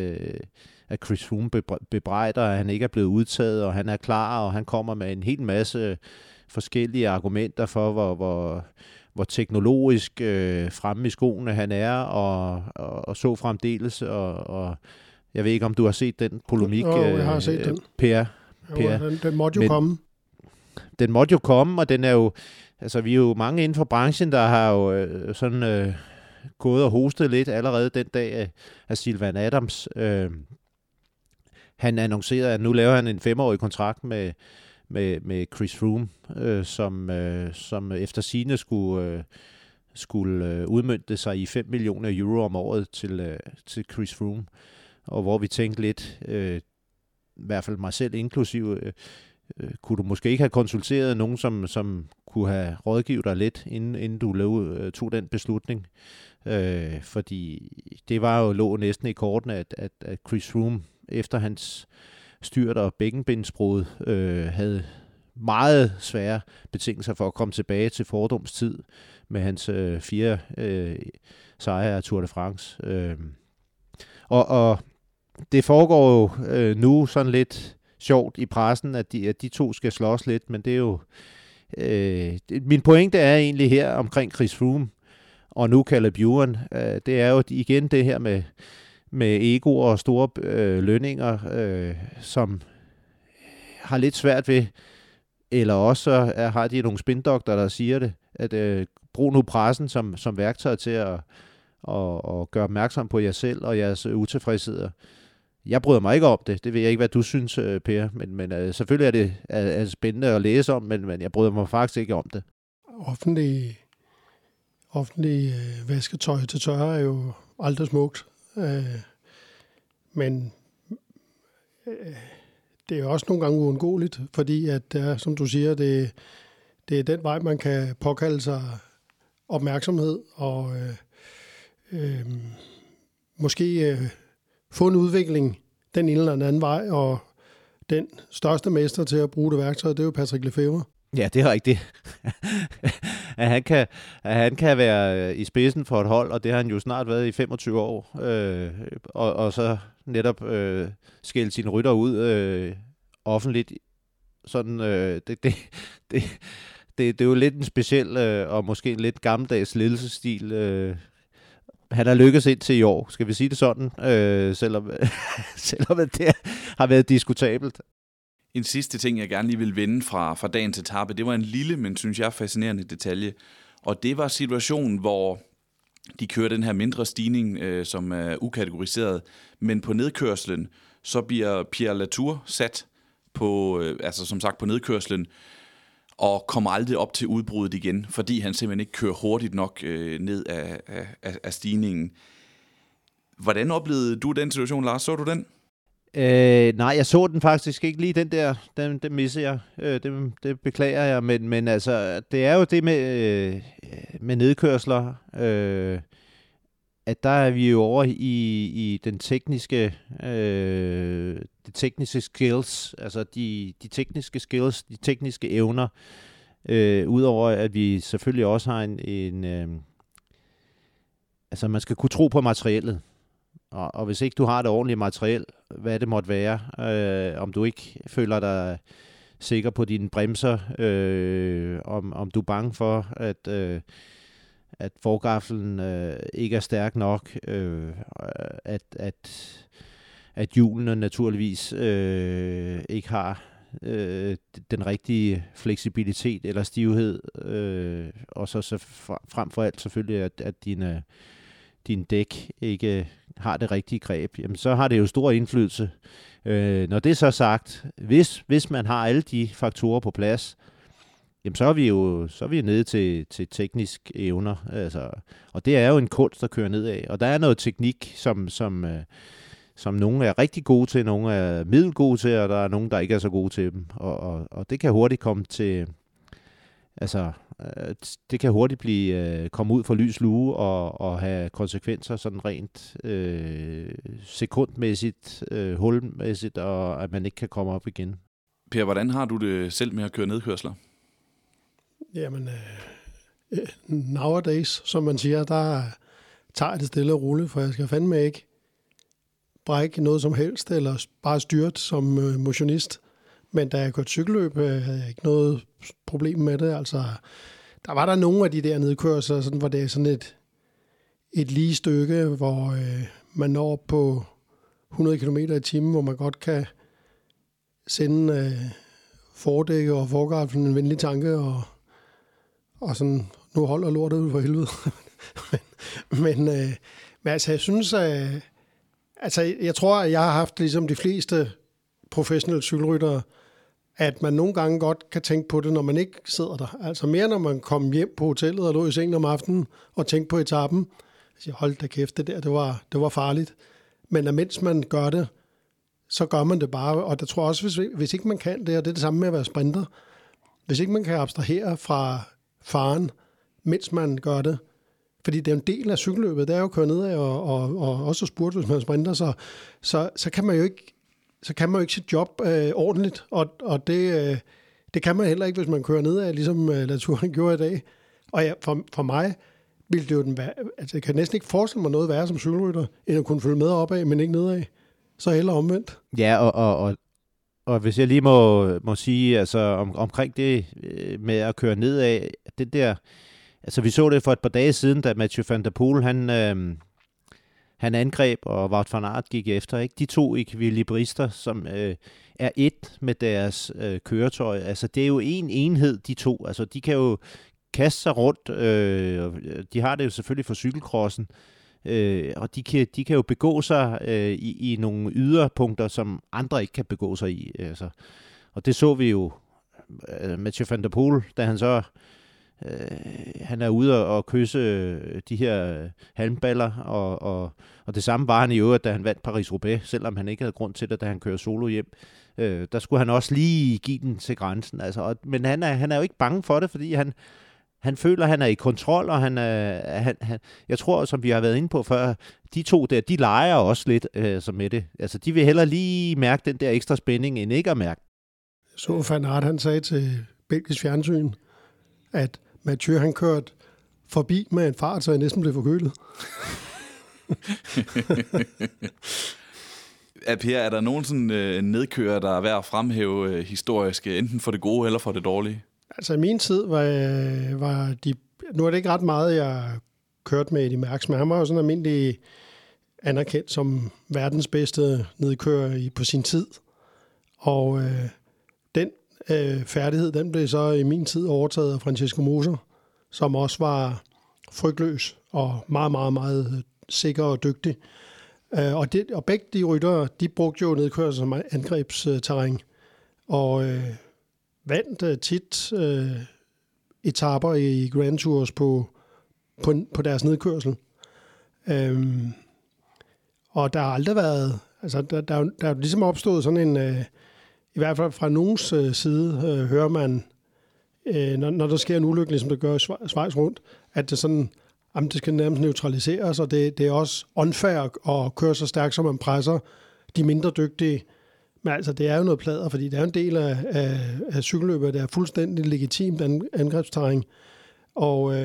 at Chris Froome bebrejder, at han ikke er blevet udtaget, og han er klar, og han kommer med en hel masse forskellige argumenter for, hvor teknologisk fremme i skoene han er, og så fremdeles, og jeg ved ikke, om du har set den polemik, jeg har set den. Per. Den måtte jo komme. Den måtte jo komme, og den er jo, altså vi er jo mange inden for branchen, der har jo sådan gået og hostet lidt allerede den dag af Sylvain Adams. Han annoncerede, at nu laver han en 5-årig kontrakt med Chris Froome, som efter sigende skulle udmønte sig i 5 millioner euro om året til Chris Froome. Og hvor vi tænkte lidt, i hvert fald mig selv inklusive, kunne du måske ikke have konsulteret nogen, som kunne have rådgivet dig lidt, inden du tog den beslutning? Fordi det var jo lå næsten i kortene, at Chris Froome efter hans styrt og bækkenbindsbrud havde meget svære betingelser for at komme tilbage til Fordums tid med hans 4 sejre af Tour de France. Og det foregår jo nu sådan lidt sjovt i pressen, at de to skal slås lidt, men det er jo... min pointe er egentlig her omkring Chris Froome og nu Caleb Ewan, det er jo igen det her med ego og store lønninger, som har lidt svært ved, eller også har de nogle spindokter, der siger det, at brug nu pressen som værktøj til at gøre opmærksom på jer selv og jeres utilfredsheder. Jeg bryder mig ikke om det. Det ved jeg ikke, hvad du synes, Per. Men selvfølgelig er det spændende at læse om, men jeg bryder mig faktisk ikke om det. Offentlig vasketøj til tørre er jo aldrig smukt. Men det er også nogle gange uundgåeligt, fordi at som du siger, det er den vej, man kan påkalde sig opmærksomhed og måske få en udvikling den ene eller anden vej, og den største mester til at bruge det værktøj, det er jo Patrick Lefevre. Ja, det er rigtigt. at han kan være i spidsen for et hold, og det har han jo snart været i 25 år, og så netop skælde sine rytter ud offentligt. Sådan, det er jo lidt en speciel og måske en lidt gammeldags ledelsesstil. Han har lykkes indtil i år, skal vi sige det sådan, selvom det har været diskutabelt. En sidste ting, jeg gerne lige vil vende fra dagens etape, det var en lille, men synes jeg fascinerende detalje. Og det var situationen, hvor de kører den her mindre stigning, som er ukategoriseret, men på nedkørslen, så bliver Pierre Latour sat på, som sagt på nedkørslen, og kommer aldrig op til udbruddet igen, fordi han simpelthen ikke kører hurtigt nok ned af stigningen. Hvordan oplevede du den situation, Lars? Så du den? Nej, jeg så den faktisk ikke lige, den der, den missede jeg, det beklager jeg, men altså, det er jo det med nedkørsler, at der er vi jo over i den tekniske, de tekniske skills, altså de tekniske skills, de tekniske evner, udover at vi selvfølgelig også har altså man skal kunne tro på materiellet. Og hvis ikke du har det ordentlige materiel, hvad det måtte være, om du ikke føler dig sikker på dine bremser, om du er bange for, at forgaflen ikke er stærk nok, at hjulene naturligvis ikke har den rigtige fleksibilitet eller stivhed, og så frem for alt selvfølgelig, at din dæk ikke har det rigtige greb, jamen så har det jo stor indflydelse. Når det er så sagt, hvis man har alle de faktorer på plads, jamen så er vi nede til teknisk evner, altså, og det er jo en kunst at køre nedad, og der er noget teknik, som nogle er rigtig gode til, nogle er middelgode til, og der er nogle, der ikke er så gode til dem, og det kan hurtigt komme til, altså det kan hurtigt komme ud for lys lue og have konsekvenser sådan rent sekundmæssigt, hulmæssigt, og at man ikke kan komme op igen. Per, hvordan har du det selv med at køre nedkørsler? Jamen, nowadays, som man siger, der tager det stille og roligt, for jeg skal fandme ikke brække noget som helst, eller bare styrt som motionist. Men da jeg kørte cykelløb, havde jeg ikke noget problem med det. Altså, der var der nogle af de der nedkørsler, sådan, hvor det er sådan et lige stykke, hvor man når op på 100 km i timen, hvor man godt kan sende fordække og forgaflen en venlig tanke, og sådan, nu holder lortet ud for helvede. men altså, jeg synes, jeg tror, at jeg har haft, ligesom de fleste professionelle cykelryttere, at man nogle gange godt kan tænke på det, når man ikke sidder der. Altså mere, når man kom hjem på hotellet og lå i sengen om aftenen og tænkte på etappen. Jeg hold da kæft, det var farligt. Men mens man gør det, så gør man det bare. Og jeg tror også, hvis ikke man kan det, og det er det samme med at være sprinter, hvis ikke man kan abstrahere fra faren, mens man gør det, fordi det er en del af cykelløbet, det er jo at køre nedad og også spurte, hvis man sprinter, så kan man jo ikke sit job ordentligt, og det kan man heller ikke, hvis man kører nedad, ligesom Latour gjorde i dag. Og ja, for mig ville det jo altså jeg kan næsten ikke forestille mig noget værre som cykelrytter, end at kunne følge med opad, men ikke nedad. Så heller omvendt. Ja, og hvis jeg lige må sige, altså omkring det med at køre nedad, det der, altså vi så det for et par dage siden, da Mathieu van der Poel, han angreb, og Wout van Aert gik efter, ikke? De to ekvilibrister, som er et med deres køretøj, altså det er jo en enhed, de to, altså de kan jo kaste sig rundt, de har det jo selvfølgelig for cykelcrossen, og de kan jo begå sig i nogle yderpunkter, som andre ikke kan begå sig i. Altså. Og det så vi jo Mathieu van der Poel, da han så han er ude og kysse de her halmballer, og det samme var han i øvrigt, da han vandt Paris-Roubaix, selvom han ikke havde grund til det, da han kører solo hjem. Der skulle han også lige give den til grænsen. Altså, men han er jo ikke bange for det, fordi han føler, at han er i kontrol, og jeg tror, som vi har været inde på før, de to der, de leger også lidt som med det. Altså, de vil hellere lige mærke den der ekstra spænding, end ikke at mærke. Så Van Aert, han sagde til belgisk fjernsyn, at Mathieu, han kørte forbi med en fart, så jeg næsten blev forkølet. Per, er der nogen sådan nedkører, der er værd at fremhæve historisk, enten for det gode eller for det dårlige? Altså i min tid var de... Nu er det ikke ret meget, jeg kørte med Eddy Merckx, men han var jo sådan almindelig anerkendt som verdens bedste nedkører på sin tid. Og den færdighed, den blev så i min tid overtaget af Francesco Moser, som også var frygtløs og meget, meget, meget sikker og dygtig. Og begge de ryttere, de brugte jo nedkørsel som angrebsterræn. Og vandt tit etaper i Grand Tours på deres nedkørsel. Og der har aldrig været... Altså, der er ligesom opstået sådan en... I hvert fald fra nogens side hører man, når der sker en ulykke, ligesom det gør i Schweiz rundt, at det sådan... Jamen, det skal nærmest neutraliseres, og det er også unfair at køre så stærkt, som man presser de mindre dygtige. Men altså, det er jo noget plader, fordi det er en del af cykelløbet, der er fuldstændig legitimt angrebsterræn. Og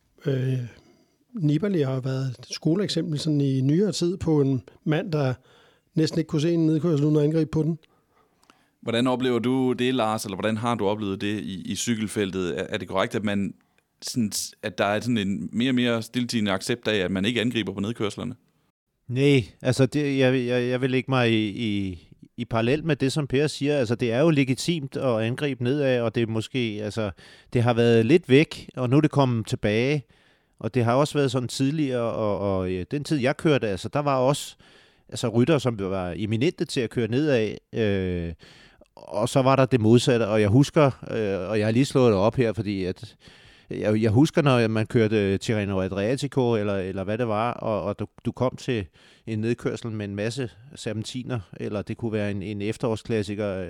Nibali har været et skoleeksempel sådan i nyere tid på en mand, der næsten ikke kunne se en nedkørsel uden at angribe på den. Hvordan oplever du det, Lars, eller hvordan har du oplevet det i cykelfeltet? Er det korrekt, at man sådan, at der er sådan en mere og mere stiltiende accept af, at man ikke angriber på nedkørslerne? Nej, altså jeg vil lægge mig i parallel med det, som Per siger. Altså det er jo legitimt at angribe nedad, og det er måske, altså det har været lidt væk, og nu er det kommet tilbage, og det har også været sådan tidligere, og den tid jeg kørte, altså der var også rytter, som var eminente til at køre nedad, og så var der det modsatte, og jeg husker, og jeg har lige slået det op her, fordi at jeg husker, når man kørte Tirreno Adriatico, eller hvad det var, og du kom til en nedkørsel med en masse serpentiner, eller det kunne være en efterårsklassiker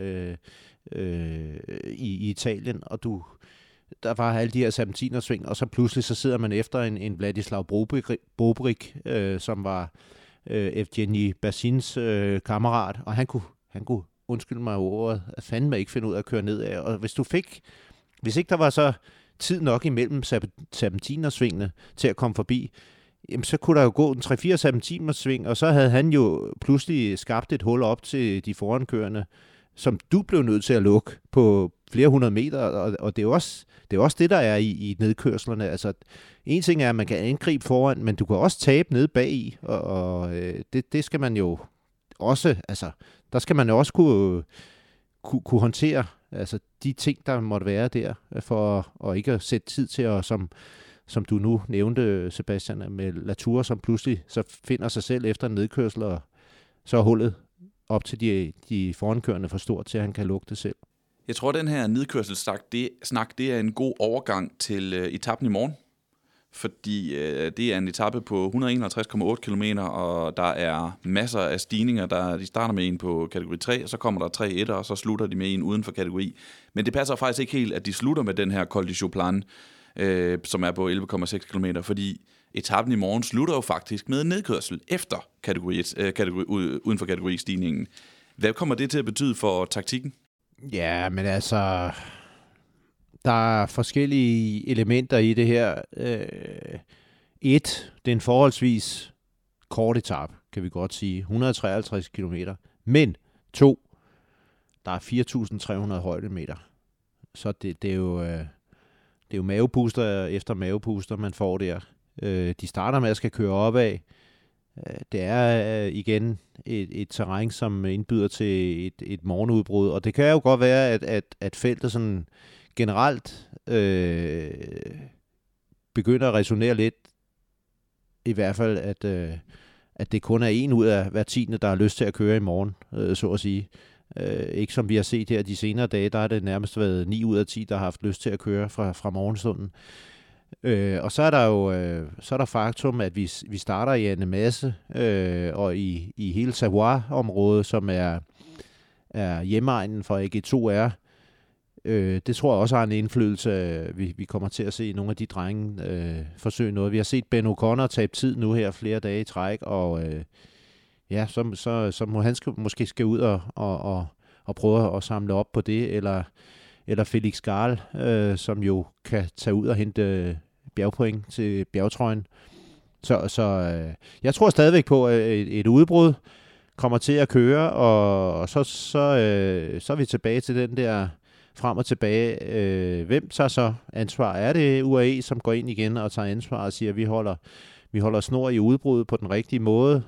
i Italien, og der var alle de her serpentinersving, og så pludselig så sidder man efter en Vladislav Bobrik, som var Evgeny Bassins kammerat, og han kunne undskyld mig ordet, at fandme ikke finde ud af at køre nedad, og hvis ikke der var så tid nok imellem serpentinersvingene til at komme forbi, jamen så kunne der jo gå en 3-4 serpentinersving, og så havde han jo pludselig skabt et hul op til de forankørende, som du blev nødt til at lukke på flere hundrede meter, og det er også det, der er i nedkørslerne. Altså, en ting er, at man kan angribe foran, men du kan også tabe nede bagi, og det skal man jo også, altså, der skal man jo også kunne håndtere altså de ting, der måtte være der, for at ikke at sætte tid til, og som du nu nævnte, Sebastian, med Latour, som pludselig så finder sig selv efter en nedkørsel, og så er hullet op til de forankørende for stort til, at han kan lukke det selv. Jeg tror, at den her nedkørselssnak, det er en god overgang til etappen i morgen. Fordi det er en etape på 151,8 km, og der er masser af stigninger. De starter med en på kategori 3, og så kommer der 3 etter, og så slutter de med en uden for kategori. Men det passer faktisk ikke helt, at de slutter med den her Col de Jouplan, som er på 11,6 km, fordi etappen i morgen slutter jo faktisk med nedkørsel efter uden for kategoristigningen. Hvad kommer det til at betyde for taktikken? Ja, men altså, der er forskellige elementer i det her. Det er en forholdsvis kort etape, kan vi godt sige. 153 km. Men 2, der er 4.300 højdemeter. Så det er jo mavepuster efter mavepuster, man får der. De starter med at skal køre opad. Det er igen et terræn, som indbyder til et morgenudbrud, og det kan jo godt være, at feltet sådan generelt begynder at resonere lidt, i hvert fald, at det kun er en ud af hver 10, der har lyst til at køre i morgen, så at sige. Ikke som vi har set her de senere dage, der har det nærmest været 9 ud af 10, der har haft lyst til at køre fra morgenstunden. Og så er der jo så er der faktum, at vi starter i Annemasse og i hele Savoie-området, som er hjemmeegnen for AG2R. Det tror jeg også har en indflydelse. Vi kommer til at se nogle af de drenge forsøge noget. Vi har set Ben O'Connor tabe tid nu her flere dage i træk, og så må han måske skal ud og prøve at samle op på det, eller Felix Garl, som jo kan tage ud og hente bjergpoint til bjergtrøjen. Så jeg tror stadigvæk på, at et udbrud kommer til at køre, og så er vi tilbage til den der frem og tilbage. Hvem tager så ansvar? Er det UAE, som går ind igen og tager ansvar og siger, at vi holder snor i udbruddet på den rigtige måde?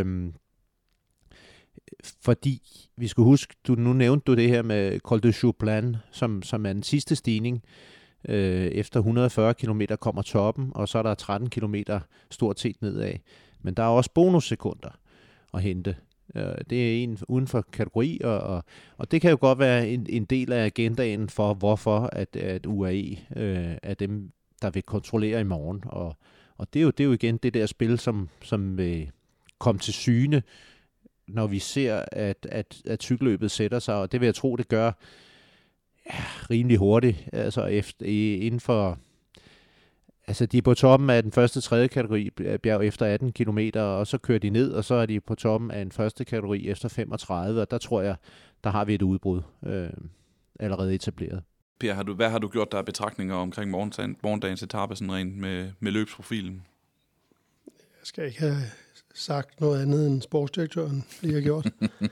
Fordi vi skal huske, nu nævnte du det her med Col de Jouplan, som er den sidste stigning. Efter 140 km kommer toppen, og så er der 13 km stort set nedad. Men der er også bonussekunder at hente. Det er en uden for kategori, og det kan jo godt være en del af agendaen for, hvorfor at UAE er dem, der vil kontrollere i morgen. Og det er jo igen det der spil, som vil komme til syne, når vi ser, at cykelløbet sætter sig, og det vil jeg tro, det gør rimelig hurtigt. Altså inden for, altså de er på toppen af den første 3. kategori bjerg efter 18 km, og så kører de ned, og så er de på toppen af en første kategori efter 35, og der tror jeg, der har vi et udbrud allerede etableret. Per, hvad har du gjort der betragtninger omkring morgendagens etape, sådan rent med løbsprofilen? Jeg skal ikke have sagt noget andet end sportsdirektøren lige har gjort.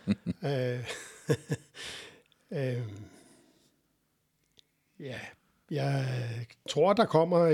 Jeg tror, der kommer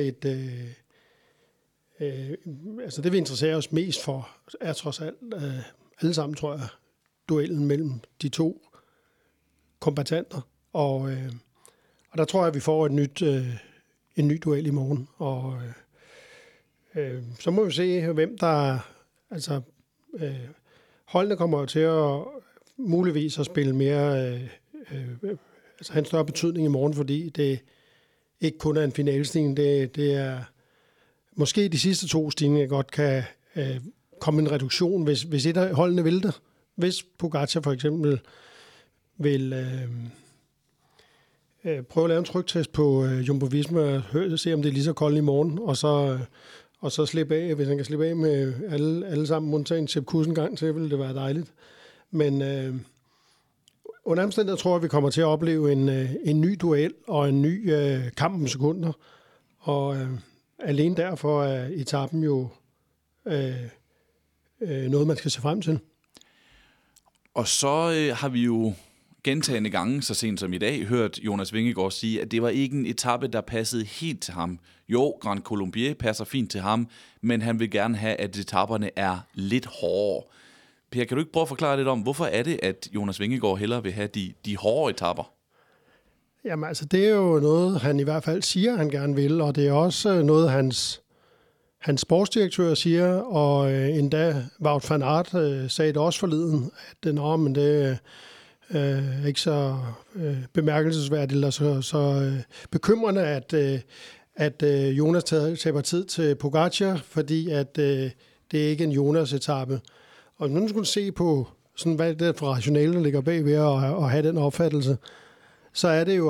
altså det vi interesserer os mest for, er trods alt alle sammen, tror jeg, duellen mellem de to kombattanter. Og der tror jeg, vi får en ny duel i morgen. Og så må vi se, hvem der... Altså, holdene kommer jo til at muligvis at spille mere... altså have en større betydning i morgen, fordi det ikke kun er en finalestigning. Det er måske de sidste 2 stigninger godt kan komme en reduktion, hvis et af holdene vil det. Hvis Pogačar for eksempel vil prøve at lave en tryktest på Jumbo-Visma og se, om det er lige så koldt i morgen, og så slippe af, hvis han kan slippe af med alle sammen, undtagen Sepp Kuss en gang til, vil det være dejligt. Men under omstændigheder tror jeg, at vi kommer til at opleve en ny duel og en ny kamp om sekunder. Og alene derfor er etappen jo noget, man skal se frem til. Og så har vi jo gentagne gange, så sent som i dag, hørt Jonas Vingegaard sige, at det var ikke en etape, der passede helt til ham. Jo, Grand Colombier passer fint til ham, men han vil gerne have, at etaperne er lidt hårdere. Per, kan du ikke prøve at forklare lidt om, hvorfor er det, at Jonas Vingegaard hellere vil have de hårde etapper? Jamen altså, det er jo noget, han i hvert fald siger, han gerne vil, og det er også noget, hans sportsdirektør siger, og endda Wout van Aert sagde det også forleden, at men det Ikke så bemærkelsesværdigt eller så bekymrende, at Jonas taber tid til Pogačar, fordi at det er ikke en Jonas-etape. Og nu skulle se på, sådan, hvad det er for rationale, der ligger bag ved at have den opfattelse, så er det jo,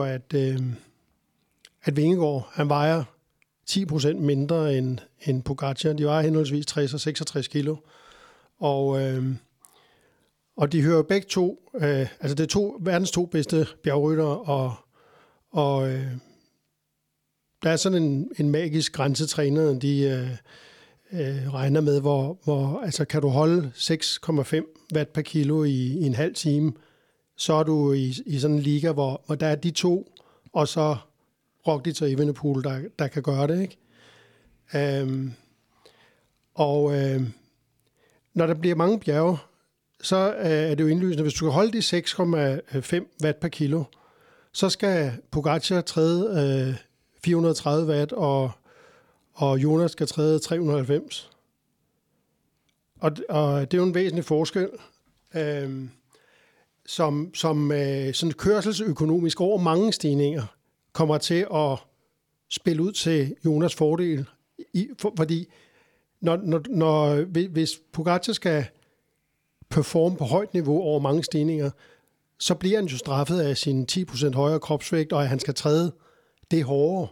at Vingegaard, han vejer 10% mindre end Pogačar. De vejer henholdsvis 60 og 66 kilo. Og de hører begge to, altså det er verdens to bedste bjergryttere, og der er sådan en magisk grænsetræner, de regner med, hvor altså kan du holde 6,5 watt per kilo i en halv time, så er du i sådan en liga, hvor der er de to, og så Roglič og Evenepoel, der kan gøre det, ikke? Når der bliver mange bjerge, så er det jo indlysende, hvis du kan holde de 6,5 watt per kilo, så skal Pogačar træde 430 watt, og Jonas skal træde 390. Og det er jo en væsentlig forskel, som sådan kørselsøkonomisk over mange stigninger kommer til at spille ud til Jonas' fordel. Fordi hvis Pogačar skal performe på højt niveau over mange stigninger, så bliver han jo straffet af sin 10% højere kropsvægt, og at han skal træde det hårdere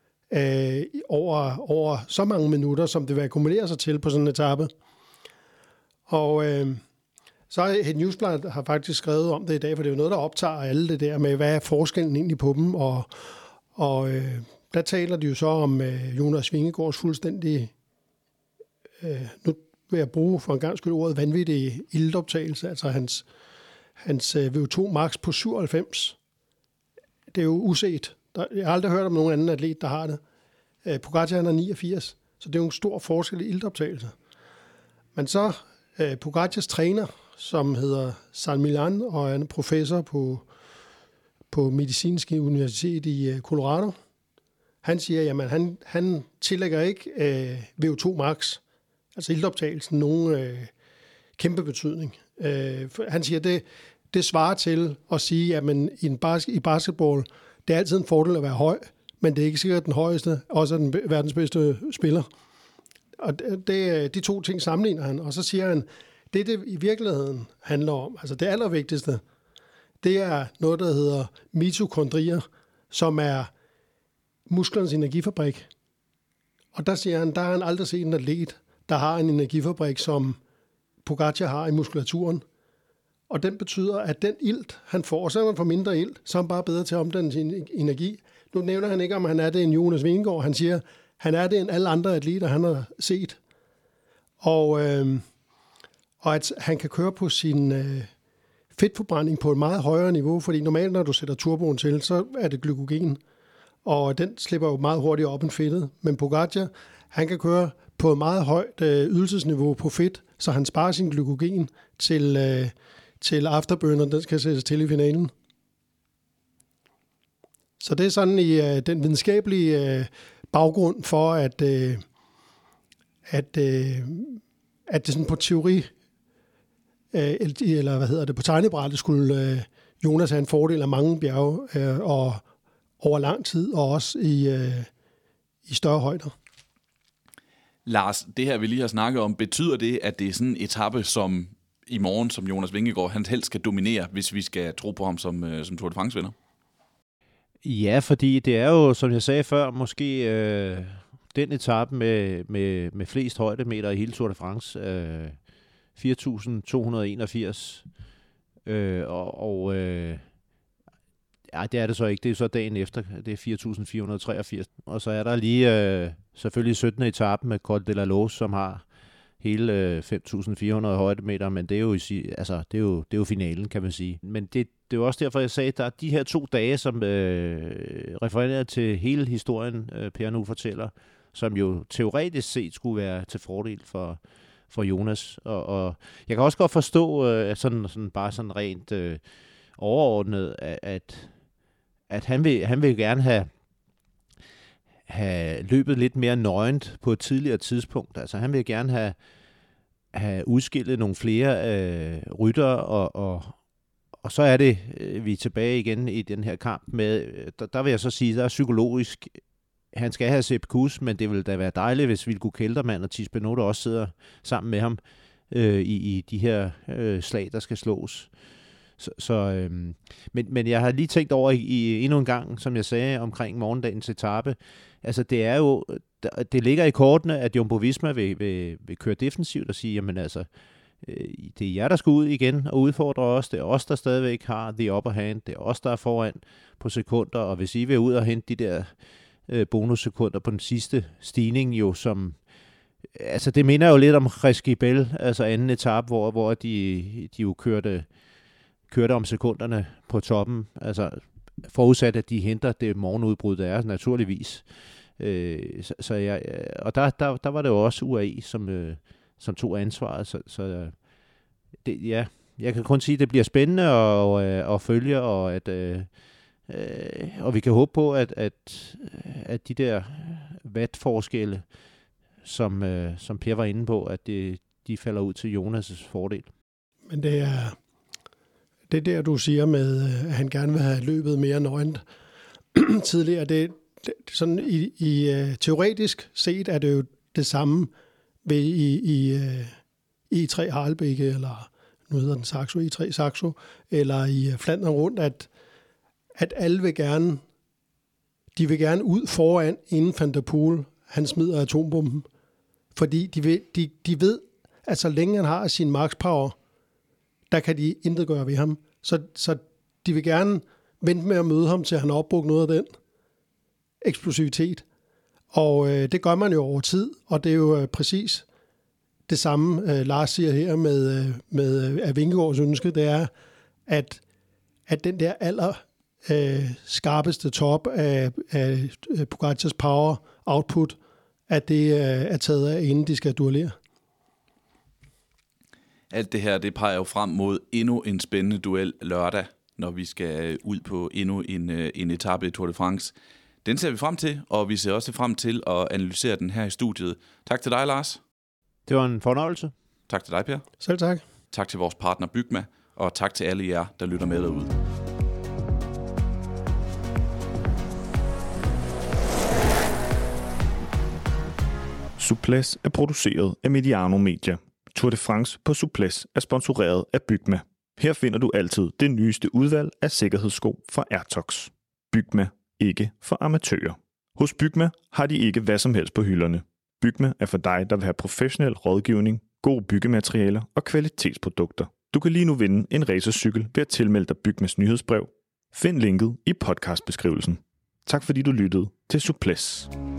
over så mange minutter, som det vil akkumulere sig til på sådan en etape. Og så Head Newsblad har faktisk skrevet om det i dag, for det er jo noget, der optager alle det der med, hvad er forskellen egentlig på dem, og der taler de jo så om Jonas Vingegaards fuldstændig, nu vil jeg bruge for en gang skyld ordet vanvittige iltoptagelse, altså hans VO2 max på 97. Det er jo uset. Jeg har aldrig hørt om nogen anden atlet, der har det. Pogačar han er 89, så det er jo en stor forskel i iltoptagelse. Men så Pogacars træner, som hedder San Millan, og er en professor på Medicinsk Universitet i Colorado, han siger, jamen han tillægger ikke VO2 max, altså iltoptagelsen, nogen kæmpe betydning. Han siger, det svarer til at sige, at i basketball, det er altid en fordel at være høj, men det er ikke sikkert den højeste, også den verdens bedste spiller. Og de to ting sammenligner han, og så siger han, det i virkeligheden handler om, altså det allervigtigste, det er noget, der hedder mitokondrier, som er musklernes energifabrik. Og der siger han, der har han aldrig set en atlet, der har en energifabrik, som Pogačar har i muskulaturen. Og den betyder, at den ilt, han får, og så han får mindre ilt, så er han bare bedre til at omdanne sin energi. Nu nævner han ikke, om han er det en Jonas Vingegaard. Han siger, han er det en alle andre atleter, han har set. Og at han kan køre på sin fedtforbrænding på et meget højere niveau, fordi normalt, når du sætter turboen til, så er det glykogen. Og den slipper jo meget hurtigere op end fedtet. Men Pogačar, han kan køre på et meget højt ydelsesniveau på fedt, så han sparer sin glykogen til afterburneren, den skal sættes til i finalen. Så det er sådan i den videnskabelige baggrund for, at det sådan på teori, eller på tegnebrættet, skulle Jonas have en fordel af mange bjerge, og over lang tid, og også i større højder. Lars, det her vi lige har snakket om, betyder det, at det er sådan en etape som i morgen, som Jonas Vingegaard, han helst skal dominere, hvis vi skal tro på ham som Tour de France-vinder? Ja, fordi det er jo, som jeg sagde før, måske den etape med flest højdemeter i hele Tour de France. 4.281. Ja, det er det så ikke. Det er så dagen efter. Det er 4.483. Og så er der lige selvfølgelig 17. etape med Col de la Loze, som har hele 5.400 højdemeter, men det er jo, det er jo finalen, kan man sige. Men det er jo også derfor, jeg sagde, at der er de her 2 dage, som refererer til hele historien, Per nu fortæller, som jo teoretisk set skulle være til fordel for Jonas. Og jeg kan også godt forstå, bare sådan rent overordnet, at han vil gerne have løbet lidt mere nøgent på et tidligere tidspunkt. Altså han vil gerne have udskillet nogle flere ryttere Og så er det, vi er tilbage igen i den her kamp med, der vil jeg så sige, der er psykologisk, han skal have Sepp Kuss, men det ville da være dejligt, hvis Wilco Kelderman og Thies Benoit også sidder sammen med ham i de her slag, der skal slås. Men jeg har lige tænkt over endnu en gang, som jeg sagde, omkring morgendagens etape. Altså det er jo, det ligger i kortene, at Jumbo-Visma vil køre defensivt og sige, jamen altså, det er jer, der skal ud igen og udfordre os. Det er os, der stadigvæk har the upper hand. Det er os, der er foran på sekunder. Og hvis I vil ud og hente de der bonussekunder på den sidste stigning, jo som... Altså det minder jo lidt om Reskibel, altså anden etape, hvor de jo kørte om sekunderne på toppen. Altså forudsat, at de henter det morgenudbrud, der er naturligvis. Og der var det jo også UAE, som tog ansvaret. Så det, ja, jeg kan kun sige, at det bliver spændende at følge, og vi kan håbe på, at de der wattforskelle, som Per var inde på, at de falder ud til Jonas' fordel. Men det er der, du siger med, at han gerne vil have løbet mere nøgent tidligere. Det sådan i teoretisk set er det jo det samme ved i E3 Harlebække, eller nu hedder den Saxo, E3 Saxo, eller i Flandern rundt, at alle vil gerne ud foran, inden Van der Poel, han smider atombomben. Fordi de ved, at så længe han har sin max power, der kan de intet gøre ved ham. Så de vil gerne vente med at møde ham, til han har opbrugt noget af den eksplosivitet. Og det gør man jo over tid, og det er jo præcis det samme, Lars siger her med Vingegaards ønske, det er, at den der skarpeste top af Pogacars power output, at det er taget af, inden de skal duellere. Alt det her, det peger jo frem mod endnu en spændende duel lørdag, når vi skal ud på endnu en etape i Tour de France. Den ser vi frem til, og vi ser også frem til at analysere den her i studiet. Tak til dig, Lars. Det var en fornøjelse. Tak til dig, Per. Selv tak. Tak til vores partner Bygma, og tak til alle jer, der lytter med derude. Souplesse er produceret af Mediano Media. Tour de France på Souplesse er sponsoreret af Bygma. Her finder du altid det nyeste udvalg af sikkerhedssko fra Airtox. Bygma, ikke for amatører. Hos Bygma har de ikke hvad som helst på hylderne. Bygma er for dig, der vil have professionel rådgivning, gode byggematerialer og kvalitetsprodukter. Du kan lige nu vinde en racercykel ved at tilmelde dig Bygmas nyhedsbrev. Find linket i podcastbeskrivelsen. Tak fordi du lyttede til Souplesse.